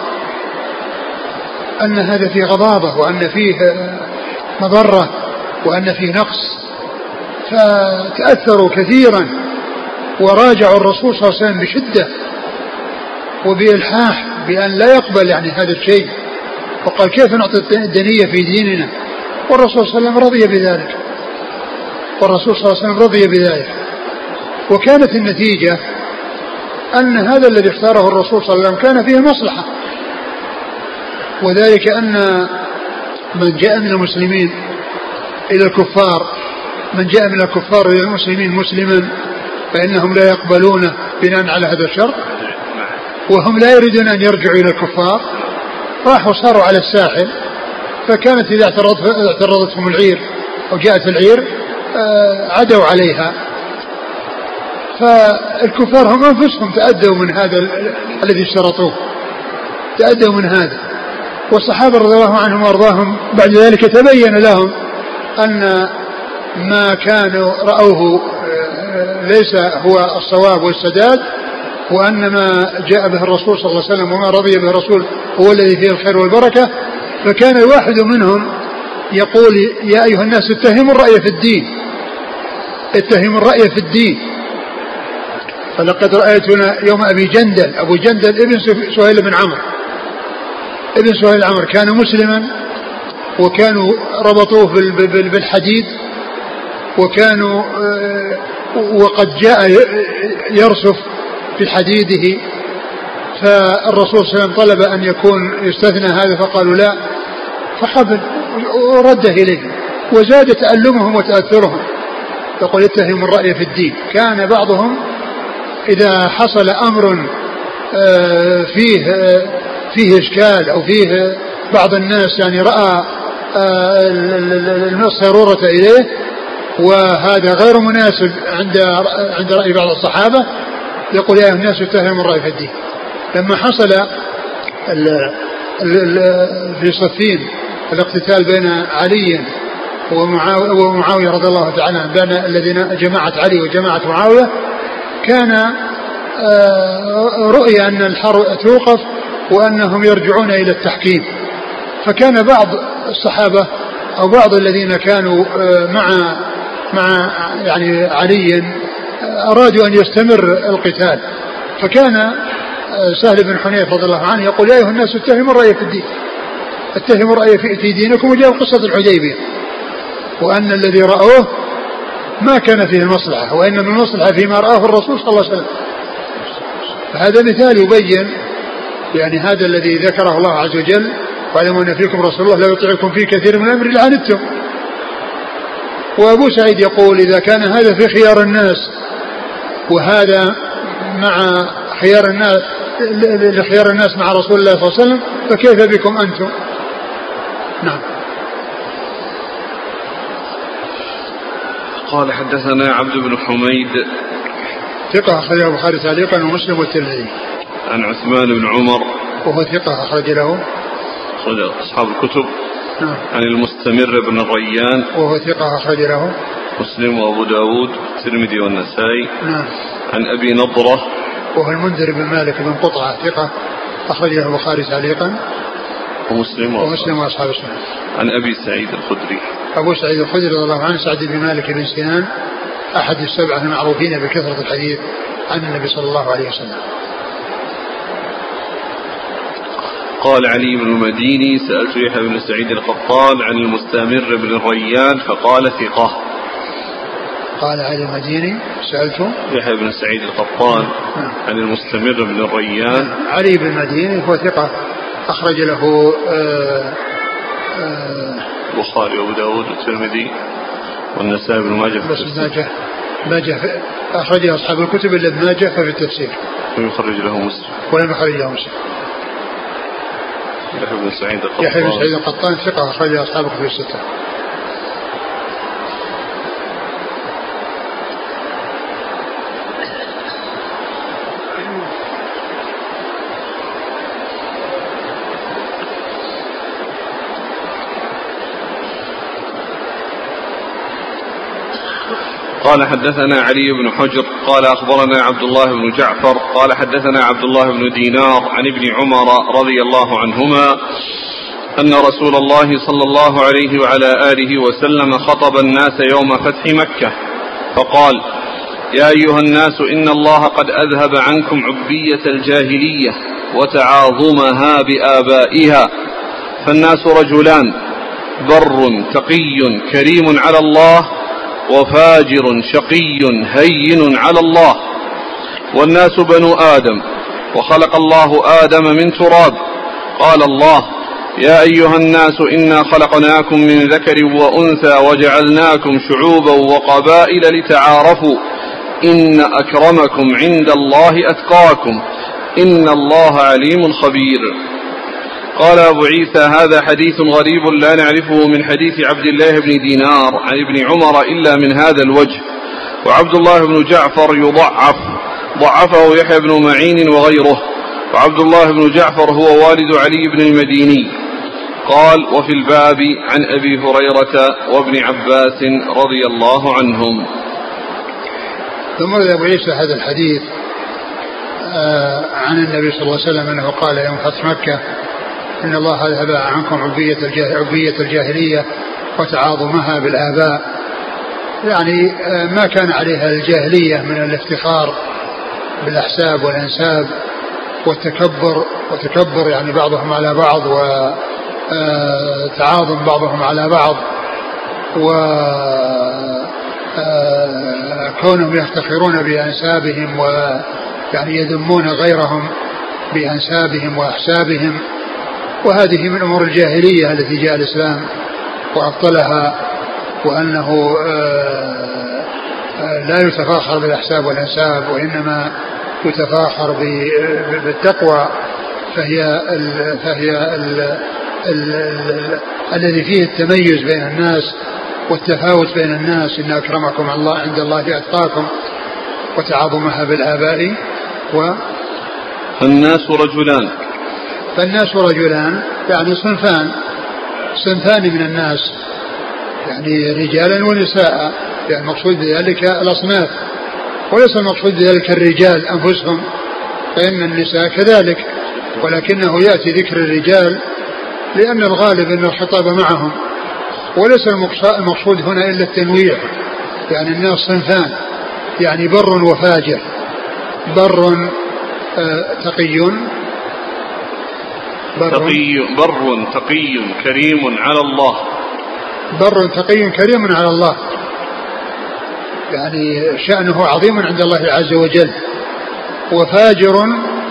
أن هذا فيه غضاضة وأن فيه مضرة وأن فيه نقص، فتأثروا كثيرا وراجعوا الرسول صلى الله عليه وسلم بشدة وبإلحاح بأن لا يقبل يعني هذا الشيء، وقال كيف نعطي الدنية في ديننا؟ والرسول صلى الله عليه وسلم رضي بذلك، والرسول صلى الله عليه وسلم رضي بذلك. وكانت النتيجة أن هذا الذي اختاره الرسول صلى الله عليه وسلم كان فيه مصلحة، وذلك أن من جاء من المسلمين إلى الكفار، من جاء من الكفار إلى المسلمين مسلما فإنهم لا يقبلونه بناء على هذا الشرط، وهم لا يريدون أن يرجعوا إلى الكفار، راحوا صاروا على الساحل. فكانت إذا اعترضتهم العير أو جاءت العير عدوا عليها، فالكفار هم أنفسهم تأدوا من هذا الذي اشترطوه، تأدوا من هذا. والصحابة رضي الله عنهم وارضاهم بعد ذلك تبين لهم أن ما كانوا رأوه ليس هو الصواب والسداد، وأن ما جاء به الرسول صلى الله عليه وسلم وما رضي به الرسول هو الذي فيه الخير والبركة. فكان الواحد منهم يقول يا أيها الناس اتهموا الرأي في الدين، اتهموا الرأي في الدين. فلقد رأيتنا يوم أبي جندل، أبو جندل ابن سهيل بن عمرو، ابن سهيل عمرو كان مسلما وكانوا ربطوه بالحديد، وكانوا وقد جاء يرسف في حديده، فالرسول صلى الله عليه وسلم طلب أن يكون يستثنى هذا فقالوا لا، فقبل ورده إليه، وزاد تألمهم وتأثرهم. يقول اتهم الرأي في الدين. كان بعضهم إذا حصل أمر فيه إشكال أو فيه بعض الناس يعني رأى الصيرورة إليه وهذا غير مناسب عند رأي بعض الصحابة، يقول يا الناس اتهموا الرأي في الدين. لما حصل في صفين الاقتتال بين علي ومعاوية رضي الله تعالى عنه، بين الذين جماعة علي وجماعة معاوية، كان رؤيا أن الحرب توقف وأنهم يرجعون إلى التحكيم. فكان بعض الصحابة أو بعض الذين كانوا مع يعني علي أرادوا أن يستمر القتال، فكان سهل بن حنيف رضي الله عنه يقول يا أيها الناس اتهموا الرأي في الدين، اتهموا الرأي في دينكم. وجاء قصة الحديبية وأن الذي رأوه ما كان فيه المصلحة، وإنما المصلحة فيما رآه الرسول صلى الله عليه وسلم. فهذا مثال يبين يعني هذا الذي ذكره الله عز وجل واعلموا أن فيكم رسول الله لا يطيعكم في كثير من الأمر لعنتم. وأبو سعيد يقول إذا كان هذا في خيار الناس وهذا مع خيار الناس لخيار الناس مع رسول الله صلى الله عليه وسلم فكيف بكم أنتم؟ نعم. قال حدثنا عبد بن حميد ثقة أخرجه البخاري تعليقا ومسلم والترمذي. عن عثمان بن عمر وهو ثقة أخرج له أصحاب الكتب. نعم. عن المستمر بن الريان وهو ثقة أخرج له مسلم وأبو داود والترمذي والنسائي. نعم. عن أبي نضرة وهو المنذر بن مالك بن قطعة ثقة أخرجه البخاري تعليقا ومسلم وأصحاب السنن. عن أبي سعيد الخدري أبو سعيد الخدري رضي الله عنه سعد بن مالك بن سنان أحد السبعة المعروفين بكثرة الحديث عن النبي صلى الله عليه وسلم. قال علي بن المديني سألت يحيى بن سعيد القطان عن المستمر بن الريان فقال ثقة. قال علي المديني سألت يحيى بن سعيد القطان عن المستمر بن الريان. علي بن المديني هو ثقة أخرج له البخاري وأبو داود والترمذي والنسائي بن ماجه في التفسير. ماجه أخرجه أصحاب الكتب إلا ابن ماجه في التفسير ولم يخرج له مسلم. يحيى بن سعيد القطان ثقة أخرج أصحاب الكتب الستة. قال حدثنا علي بن حجر قال أخبرنا عبد الله بن جعفر قال حدثنا عبد الله بن دينار عن ابن عمر رضي الله عنهما أن رسول الله صلى الله عليه وعلى آله وسلم خطب الناس يوم فتح مكة فقال: يا أيها الناس إن الله قد أذهب عنكم عبية الجاهلية وتعاظمها بآبائها، فالناس رجلان: بر تقي كريم على الله، وفاجر شقي هين على الله. والناس بنو آدم، وخلق الله آدم من تراب. قال الله: يا أيها الناس إنا خلقناكم من ذكر وأنثى وجعلناكم شعوبا وقبائل لتعارفوا، إن أكرمكم عند الله أتقاكم، إن الله عليم خبير. قال أبو عيسى: هذا حديث غريب لا نعرفه من حديث عبد الله بن دينار عن ابن عمر إلا من هذا الوجه. وعبد الله بن جعفر ضعفه يحيى بن معين وغيره. وعبد الله بن جعفر هو والد علي بن المديني. قال: وفي الباب عن أبي هريرة وابن عباس رضي الله عنهم. ثم روى أبو عيسى هذا الحديث عن النبي صلى الله عليه وسلم أنه قال يوم فتح مكة: إن الله أذهب عنكم عبية الجاهلية وتعاظمها بالآباء، يعني ما كان عليها الجاهلية من الافتخار بالأحساب والأنساب وتكبر يعني بعضهم على بعض، وتعاظم بعضهم على بعض، وكونهم يفتخرون بأنسابهم ويعني يذمون غيرهم بأنسابهم وأحسابهم. وهذه من أمور الجاهلية التي جاء الإسلام وأبطلها، وأنه لا يتفاخر بالأحساب والأنساب، وإنما يتفاخر بالتقوى، فهي الذي فيه التميز بين الناس والتفاوت بين الناس. إن أكرمكم عند الله أتقاكم، وتعاظمها بالآباء. الناس رجلان، فالناس رجلان يعني صنفان من الناس، يعني رجالا ونساء، يعني المقصود بذلك الأصناف، وليس المقصود بذلك الرجال أنفسهم، فإن النساء كذلك، ولكنه يأتي ذكر الرجال لأن الغالب أن الخطاب معهم، وليس المقصود هنا إلا التنويع. يعني الناس صنفان، يعني بر وفاجر. بر تقي كريم على الله. بر تقي كريم على الله، يعني شأنه عظيم عند الله عز وجل. وفاجر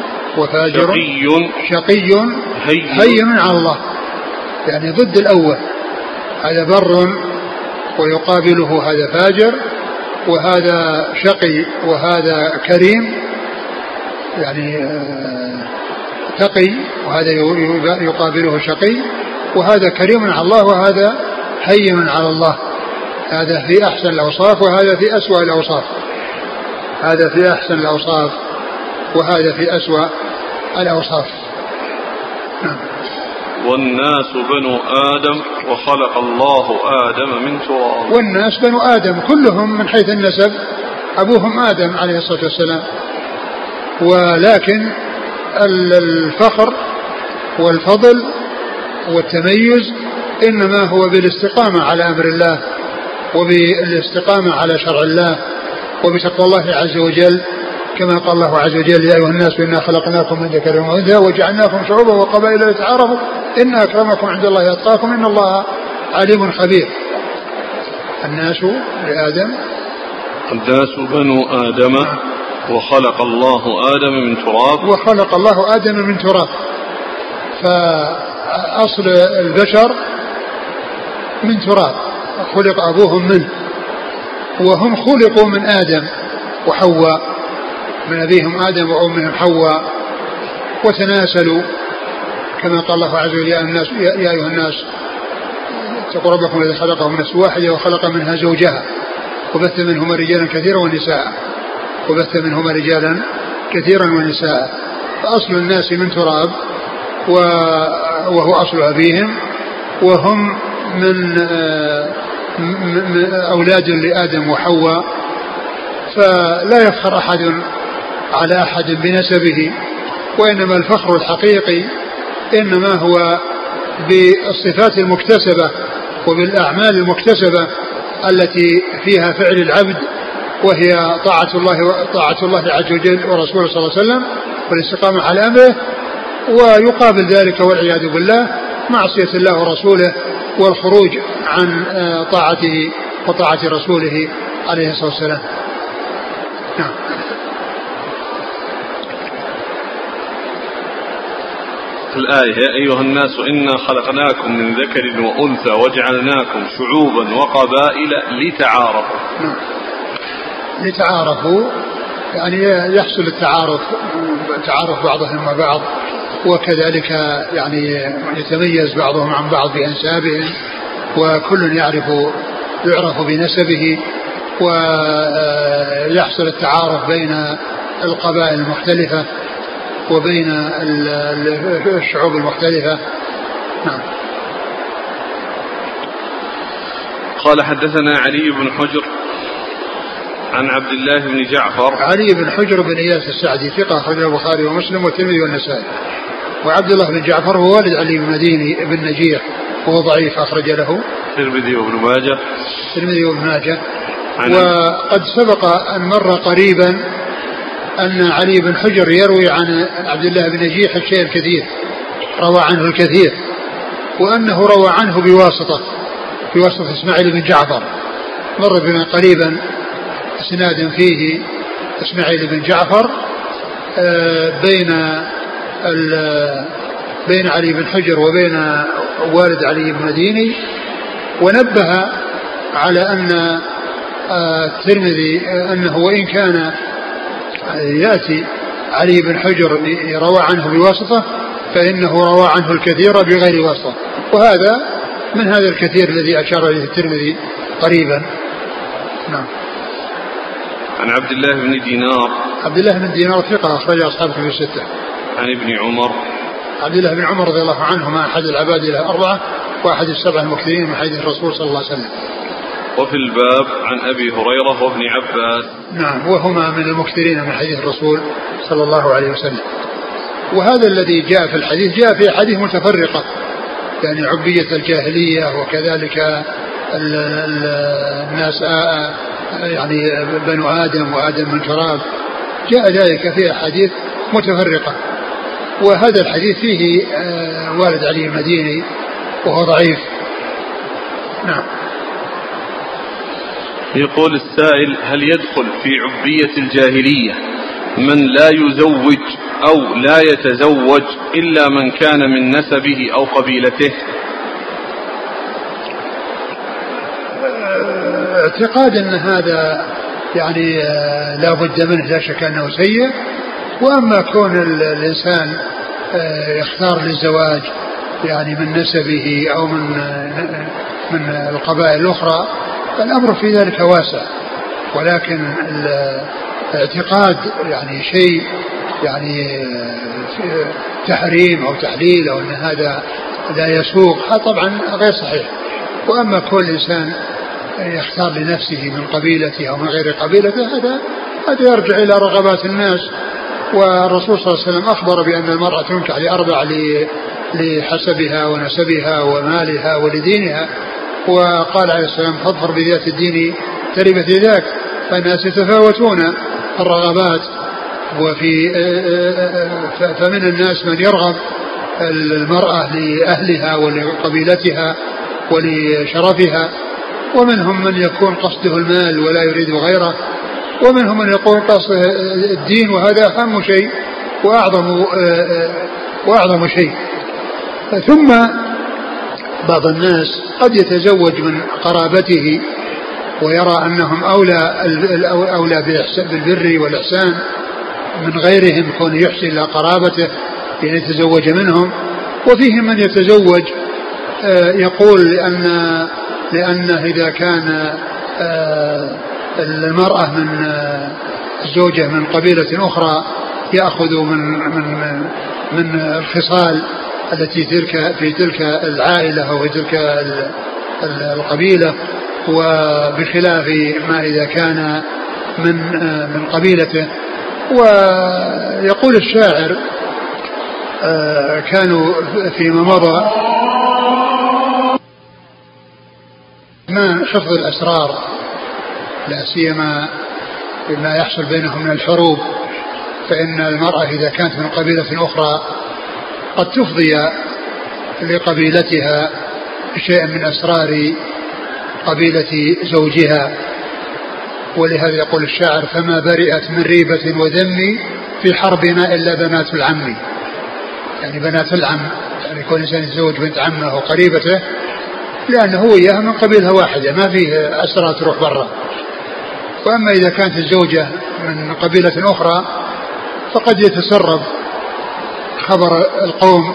شقي هين على الله، يعني ضد الأول. هذا بر ويقابله هذا فاجر، وهذا شقي وهذا كريم، يعني تقي وهذا يقابله شقي، وهذا كريم على الله وهذا هين على الله. هذا في أحسن الأوصاف وهذا في أسوأ الأوصاف. هذا في أحسن الأوصاف وهذا في أسوأ الأوصاف. والناس بنو آدم وخلق الله آدم من تراب. والناس بنو آدم كلهم من حيث النسب أبوهم آدم عليه الصلاة والسلام، ولكن الفخر والفضل والتميز إنما هو بالاستقامة على أمر الله وبالاستقامة على شرع الله وبتقوى الله عز وجل، كما قال الله عز وجل: يا أيها الناس إنا خلقناكم من ذكر وأنثى وجعلناكم شعوبا وقبائل لتعارفوا إن أكرمكم عند الله أتقاكم إن الله عليم خبير. الناس لآدم، الناس بنو آدم وخلق الله آدم من تراب. وخلق الله آدم من تراب، فأصل البشر من تراب خلق أبوهم منه، وهم خلقوا من آدم وحواء، من أبيهم آدم وأمهم حواء، وتناسلوا كما قال الله عز وجل: يا أيها الناس اتقوا ربكم الذي خلقكم من نفس واحدة وخلق منها زوجها وبث منهما رجالا كثيرا ونساء فأصل الناس من تراب وهو أصل أبيهم، وهم من أولاد لآدم وحواء، فلا يفخر أحد على أحد بنسبه، وإنما الفخر الحقيقي إنما هو بالصفات المكتسبة وبالأعمال المكتسبة التي فيها فعل العبد، وهي طاعة الله عز وجل ورسوله صلى الله عليه وسلم والاستقامة على أمره، ويقابل ذلك والعياذ بالله معصية الله ورسوله والخروج عن طاعته وطاعة رسوله عليه الصلاة والسلام. نعم. الآية: يا أيها الناس إنا خلقناكم من ذكر وأنثى وجعلناكم شعوبا وقبائل لتعارفوا. نعم. لتعارفوا يعني يحصل تعارف بعضهم مع بعض، وكذلك يعني يتميز بعضهم عن بعض بأنسابهم، وكل يعرف بنسبه، ويحصل التعارف بين القبائل المختلفة وبين الشعوب المختلفة. نعم. قال: حدثنا علي بن حجر عن عبد الله بن جعفر. علي بن حجر بن إياس السعدي ثقة أخرجه البخاري ومسلم والترمذي والنسائي. وعبد الله بن جعفر هو والد علي بن مديني بن نجيح وهو ضعيف أخرج له الترمذي وابن ماجه. وقد سبق أن مر قريبا أن علي بن حجر يروي عن عبد الله بن نجيح الشيء الكثير، روى عنه الكثير، وأنه روى عنه بواسطة إسماعيل بن جعفر. مر بنا قريبا اسناد فيه إسماعيل بن جعفر بين علي بن حجر وبين والد علي بن مديني، ونبه على أن الترمذي أنه وإن كان يأتي علي بن حجر روى عنه بواسطة فإنه روى عنه الكثير بغير واسطة، وهذا من هذا الكثير الذي أشار إليه الترمذي قريبا. نعم. عن عبد الله بن دينار ثقة أخرج أصحابه في الستة. عن ابن عمر. عبد الله بن عمر رضي الله عنهما أحد العباد الأربعة وأحد السبع المكثرين من حديث الرسول صلى الله عليه وسلم. وفي الباب عن أبي هريرة وابن عباس. نعم، وهما من المكثرين من حديث الرسول صلى الله عليه وسلم. وهذا الذي جاء في الحديث جاء في حديث متفرقة، يعني عبية الجاهلية، وكذلك الناس يعني بنو آدم وآدم من تراب، جاء ذلك في أحاديث متفرقة. وهذا الحديث فيه والد علي المديني وهو ضعيف. نعم. يقول السائل: هل يدخل في عبية الجاهلية من لا يزوج أو لا يتزوج إلا من كان من نسبه أو قبيلته؟ اعتقاد أن هذا يعني لا بد منه، لا شك أنه سيء. وأما كون الإنسان يختار للزواج يعني من نسبه أو من القبائل الأخرى، الأمر في ذلك واسع، ولكن الاعتقاد يعني شيء يعني تحريم أو تحليل أو أن هذا لا يسوق، هذا طبعا غير صحيح. وأما كل إنسان يختار لنفسه من قبيلته أو من غير قبيلته هذا يرجع إلى رغبات الناس. والرسول صلى الله عليه وسلم أخبر بأن المرأة تنكح لأربع: لحسبها ونسبها ومالها ولدينها. وقال عليه السلام: فاظفر بذات الدين تربت يداك. فالناس يتفاوتون الرغبات، فمن الناس من يرغب المرأة لأهلها ولقبيلتها ولشرفها، ومنهم من يكون قصده المال ولا يريد غيره، ومنهم من يكون قصده الدين، وهذا أهم شيء وأعظم شيء. ثم بعض الناس قد يتزوج من قرابته ويرى أنهم أولى بالبر والإحسان من غيرهم، كون يحسن إلى قرابته يعني يتزوج منهم. وفيهم من يتزوج يقول لأنه إذا كان المرأة من الزوجة من قبيلة أخرى يأخذ من الخصال التي في تلك العائلة أو في تلك القبيلة، وبخلاف ما إذا كان من قبيلته. ويقول الشاعر: كانوا فيما مضى ما حفظ الأسرار، لا سيما بما يحصل بينهم من الحروب، فإن المرأة إذا كانت من قبيلة أخرى قد تفضي لقبيلتها شيئا من أسرار قبيلة زوجها. ولهذا يقول الشاعر: فما برئت من ريبة وذم في حربنا إلا بنات العم. يعني بنات العم، يعني كل إنسان يتزوج بنت عمه وقريبته، لأنه هو إياها من قبيلة واحدة، ما فيه أسرى تروح برا. وأما إذا كانت الزوجة من قبيلة أخرى فقد يتسرب خبر القوم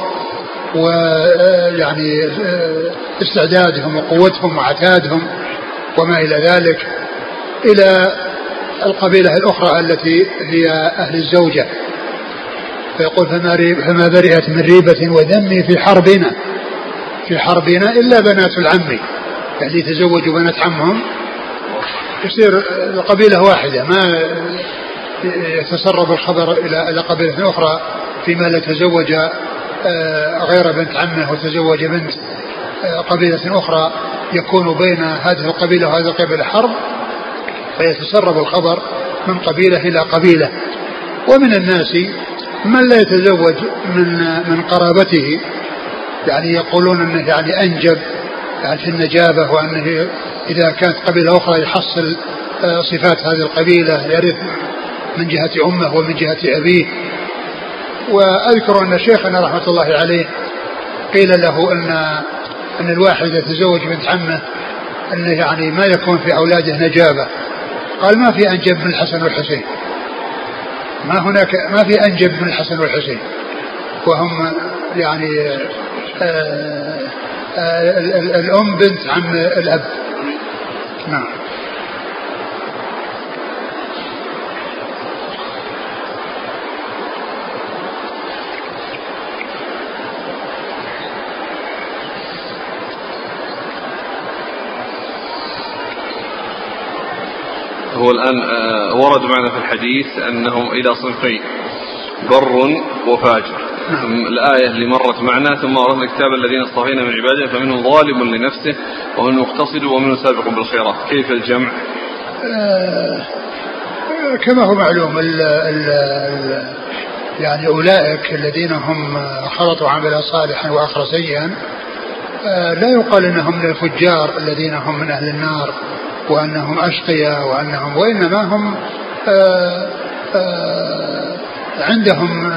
ويعني استعدادهم وقوتهم وعتادهم وما إلى ذلك إلى القبيلة الأخرى التي هي أهل الزوجة. فيقول: فما برئت من ريبة وذم في حربنا إلا بنات العم. يعني يتزوجوا بنات عمهم يصير القبيلة واحدة، ما يتسرب الخبر إلى قبيلة أخرى فيما لا تزوج غير بنت عمه وتزوج بنت قبيلة أخرى، يكون بين هذه القبيلة وهذه القبيلة حرب، فيتسرب الخبر من قبيلة إلى قبيلة. ومن الناس من لا يتزوج من قرابته، يعني يقولون أنه يعني أنجب يعني في النجابة، وأنه إذا كانت قبيلة أخرى يحصل صفات هذه القبيلة، يرث من جهة أمه ومن جهة أبيه. وأذكر أن شيخنا رحمة الله عليه قيل له أن الواحد يتزوج بنت عمه أنه يعني ما يكون في أولاده نجابة. قال: ما في أنجب من الحسن والحسين، ما في أنجب من الحسن والحسين، وهم يعني الأم بنت عم الأب. نعم. هو الآن ورد معنا في الحديث أنهم إلى صنفين: بر وفاجر. الآية اللي مرت معنا: ثم أورثنا الكتاب الذين اصطفينا من عبادنا فمنهم ظالم لنفسه ومنهم مقتصد ومنهم سابق بالخيرات. كيف الجمع؟ كما هو معلوم يعني أولئك الذين هم خلطوا عملا صالحا وآخر سيئا لا يقال إنهم من الفجار الذين هم من أهل النار وأنهم أشقياء وإنما هم عندهم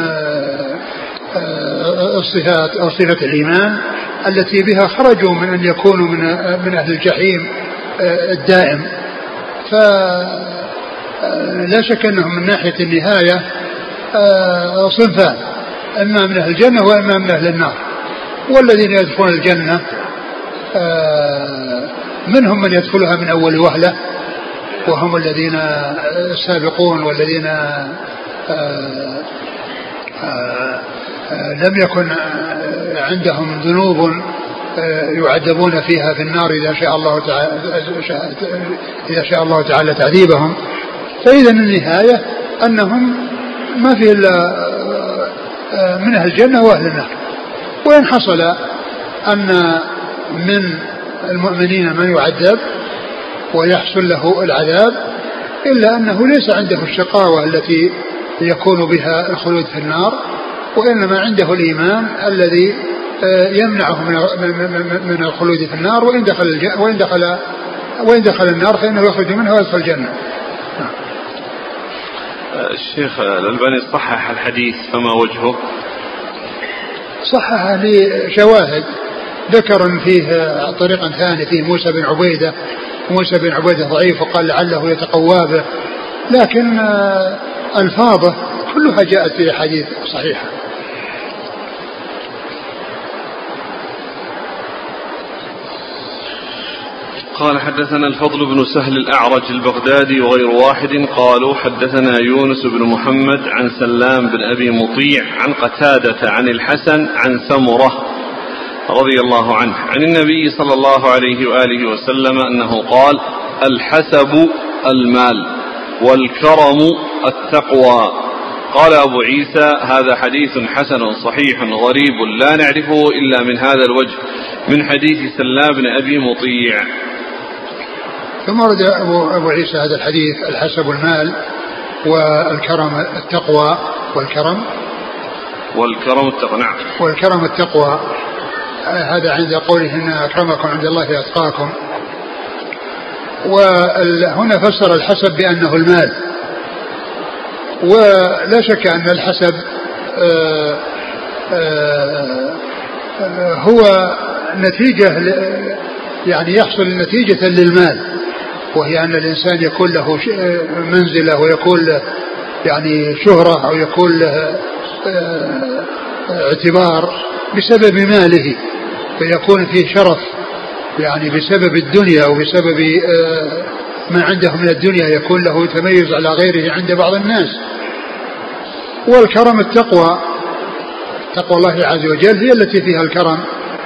الصفات أو صفة الإيمان التي بها خرجوا من أن يكونوا من أهل الجحيم الدائم. فلا شك أنهم من ناحية النهاية صنفان: إما من أهل الجنة وإما من أهل النار. والذين يدخلون الجنة منهم من يدخلها من أول وهلة وهم الذين السابقون والذين لم يكن عندهم ذنوب يعذبون فيها في النار إذا شاء الله تعالى تعذيبهم. فإذا النهاية أنهم ما في إلا من أهل الجنة وأهل النار. وإن حصل أن من المؤمنين من يعذب ويحصل له العذاب إلا أنه ليس عنده الشقاوة التي يكون بها الخلود في النار، وإنما عنده الإيمان الذي يمنعه من الخلود في النار، وإن دخل النار فإنه يخرج منها ويدخل الجنة. الشيخ الألباني صحح الحديث، فما وجهه؟ صحح لشواهد، ذكر فيه طريقا ثاني فيه موسى بن عبيدة ضعيف وقال لعله يتقوى به، لكن ألفاظه كلها جاءت في حديث صحيحة. قال حدثنا الفضل بن سهل الأعرج البغدادي وغير واحد قالوا حدثنا يونس بن محمد عن سلام بن أبي مطيع عن قتادة عن الحسن عن سمرة رضي الله عنه عن النبي صلى الله عليه وآله وسلم أنه قال: الحسب المال والكرم التقوى. قال أبو عيسى: هذا حديث حسن صحيح غريب لا نعرفه إلا من هذا الوجه من حديث سلام بن أبي مطيع. ثم ورد أبو عيسى هذا الحديث: الحسب المال والكرم التقوى. والكرم التقوى، نعم، والكرم التقوى. هذا عند قوله إن أكرمكم عند الله أتقاكم. وهنا فسر الحسب بأنه المال، ولا شك أن الحسب هو نتيجة، يعني يحصل نتيجة للمال، وهي أن الإنسان يكون له منزلة ويكون له يعني شهرة أو يكون له اعتبار بسبب ماله، فيكون فيه شرف يعني بسبب الدنيا وبسبب ما عنده من الدنيا، يكون له تميز على غيره عند بعض الناس. والكرم التقوى، تقوى الله عز وجل هي التي فيها الكرم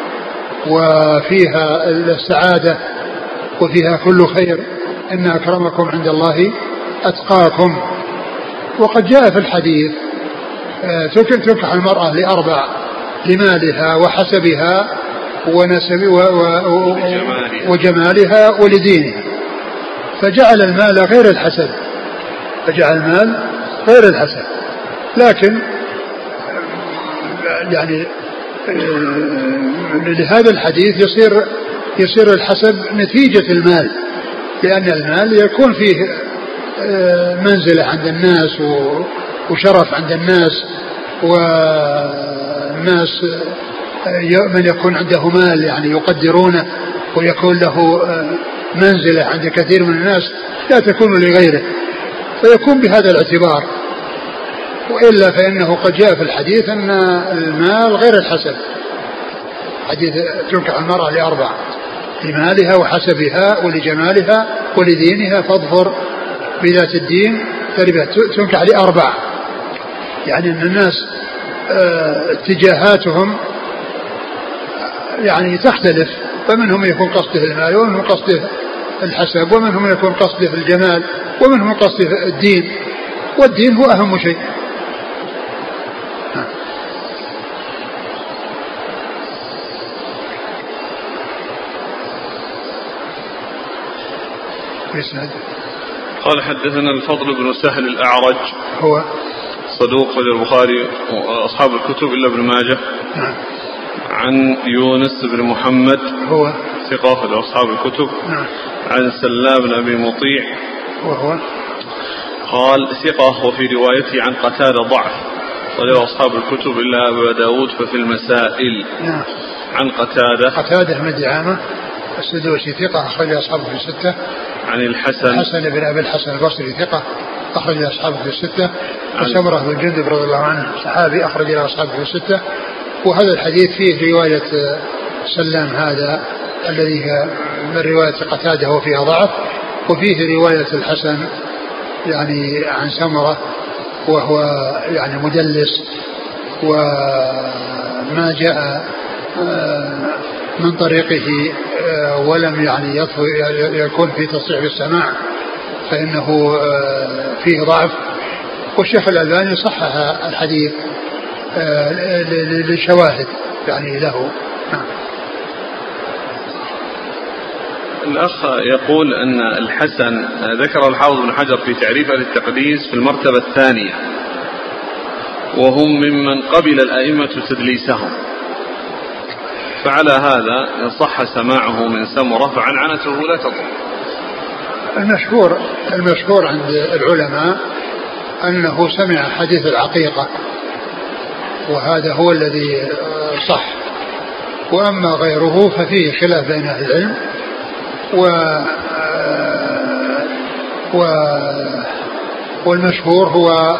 وفيها السعادة وفيها كل خير. إن أكرمكم عند الله أتقاكم. وقد جاء في الحديث تنكح المرأة لأربع: لمالها وحسبها وجمالها ولدينها، فجعل المال غير الحسب، لكن يعني لهذا الحديث يصير الحسب نتيجة المال، لأن المال يكون فيه منزلة عند الناس وشرف عند الناس، والناس من يكون عنده مال يعني يقدرونه ويكون له منزلة عند كثير من الناس لا تكون لغيره، فيكون بهذا الاعتبار. وإلا فإنه قد جاء في الحديث أن المال غير الحسب. حديث تنكح المرأة لأربع: لمالها وحسبها ولجمالها ولدينها فاظفر بذات الدين تنكح لأربع. يعني أن الناس اتجاهاتهم يعني تختلف، فمنهم يكون قصده المال، ومنهم قصده الحسب، ومنهم يكون قصده الجمال، ومنهم قصده الدين، والدين هو أهم شيء. قال حدثنا الفضل بن سهل الأعرج، هو صدوق خرج البخاري وأصحاب الكتب إلا ابن ماجه. نعم. عن يونس بن محمد، هو ثقة خرج أصحاب الكتب. نعم. عن سلام بن أبي مطيع، وهو قال ثقة، وفي روايته عن قتادة ضعف، خرج أصحاب الكتب إلا أبا داود ففي المسائل. نعم. عن قتادة بن دعامة السدوسي ثقة أخرج أصحابه في الستة. عن الحسن بن أبي الحسن البصري ثقة أخرج أصحابه في الستة. وسمرة بن جندب رضي الله عنه صحابي أخرج أصحابه في الستة. وهذا الحديث فيه رواية سلام هذا الذي هي من رواية قتادة وفيها ضعف، وفيه رواية الحسن يعني عن سمرة وهو يعني مدلس، وما جاء من طريقه ولم يعني يكون في تصحيح السماع فإنه فيه ضعف. والشيخ الألباني صحح الحديث للشواهد يعني له. الأخ يقول أن الحسن ذكر الحافظ بن حجر في تعريف أهل التقديس في المرتبة الثانية، وهم ممن قبل الأئمة تدليسهم، فعلى هذا إن صح سماعه من سمرة فعنعنته لا تضر. المشهور عند العلماء أنه سمع حديث العقيقة، وهذا هو الذي صح، وأما غيره ففيه خلاف بين أهل العلم، والمشهور هو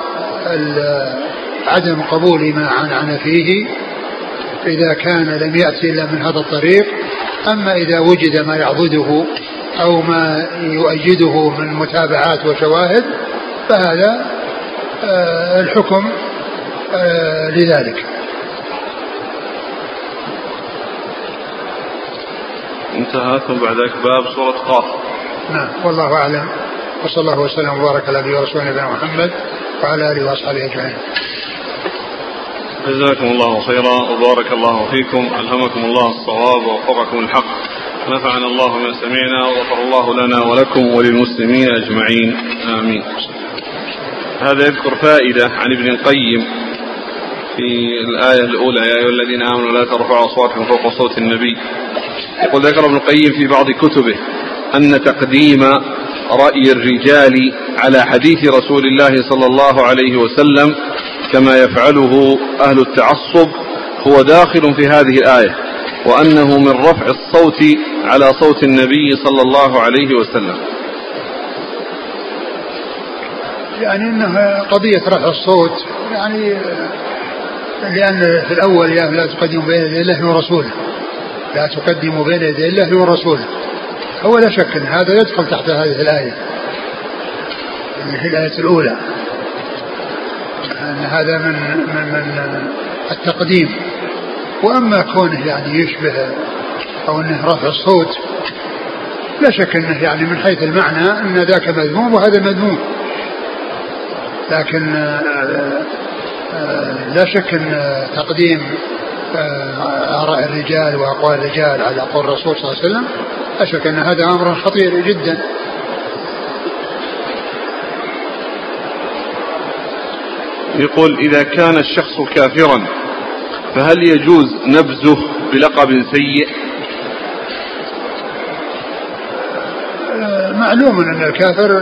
عدم قبول ما عنعن فيه إذا كان لم يأتي إلا من هذا الطريق. أما إذا وجد ما يعضده أو ما يؤيده من متابعات وشواهد فهذا الحكم لذلك. انتهى. ثم بعد ذلك باب سورة قاف. نعم، والله أعلم، وصلى الله وسلم وبارك على نبينا ورسولنا نبينا محمد وعلى آله وأصحابه أجمعين. جزاكم الله خيرا وبارك الله فيكم، ألهمكم الله الصواب ووفقكم الحق، نفعنا الله ما سمعنا وغفر الله لنا ولكم وللمسلمين أجمعين، آمين. هذا يذكر فائدة عن ابن القيم في الآية الأولى: يا أيها الذين آمنوا لا ترفعوا أصواتكم فوق صوت النبي. يقول ذكر ابن القيم في بعض كتبه أن تقديم رأي الرجال على حديث رسول الله صلى الله عليه وسلم كما يفعله أهل التعصب هو داخل في هذه الآية، وأنه من رفع الصوت على صوت النبي صلى الله عليه وسلم. يعني إنها قضية رفع الصوت، يعني لأن في الأول يعني لا تقدموا بين يدي الله ورسوله، لا تقدموا بين يدي الله ورسوله، هو لا شك أن هذا يدخل تحت هذه الآية، هي الآية الأولى، أن هذا من التقديم. وأما كونه يعني يشبه أو أنه رفع الصوت لا شك أنه يعني من حيث المعنى أن ذاك مذموم وهذا مذموم، لكن لا شك أن تقديم آراء الرجال وأقوال الرجال على قول الرسول صلى الله عليه وسلم لا شك أن هذا أمر خطير جدا. يقول: إذا كان الشخص كافرا فهل يجوز نبذه بلقب سيء؟ معلوم أن الكافر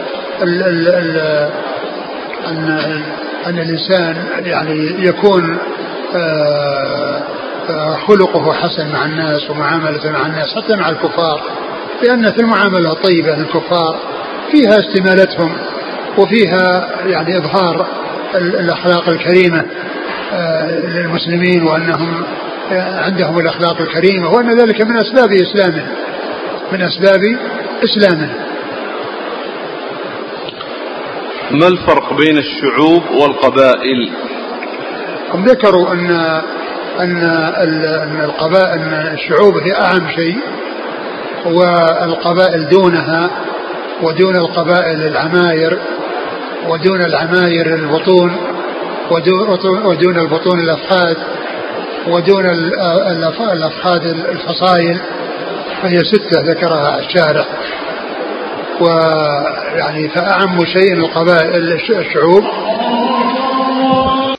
أن الإنسان يعني يكون خلقه حسن مع الناس ومعاملته مع الناس حتى مع الكفار، لأن في المعاملة الطيبة للكفار فيها استمالتهم وفيها يعني إظهار الأخلاق الكريمة للمسلمين، وأنهم عندهم الأخلاق الكريمة، وأن ذلك من أسباب إسلامه، من أسباب إسلامه. ما الفرق بين الشعوب والقبائل؟ هم ذكروا أن القبائل، أن الشعوب هي أعم شيء، والقبائل دونها، ودون القبائل العماير، ودون العماير البطون، ودون البطون الأفخاذ، ودون الأفخاذ الفصائل، فهي 6 ذكرها الشارع. ويعني فأعم شيء القبائل الشعوب،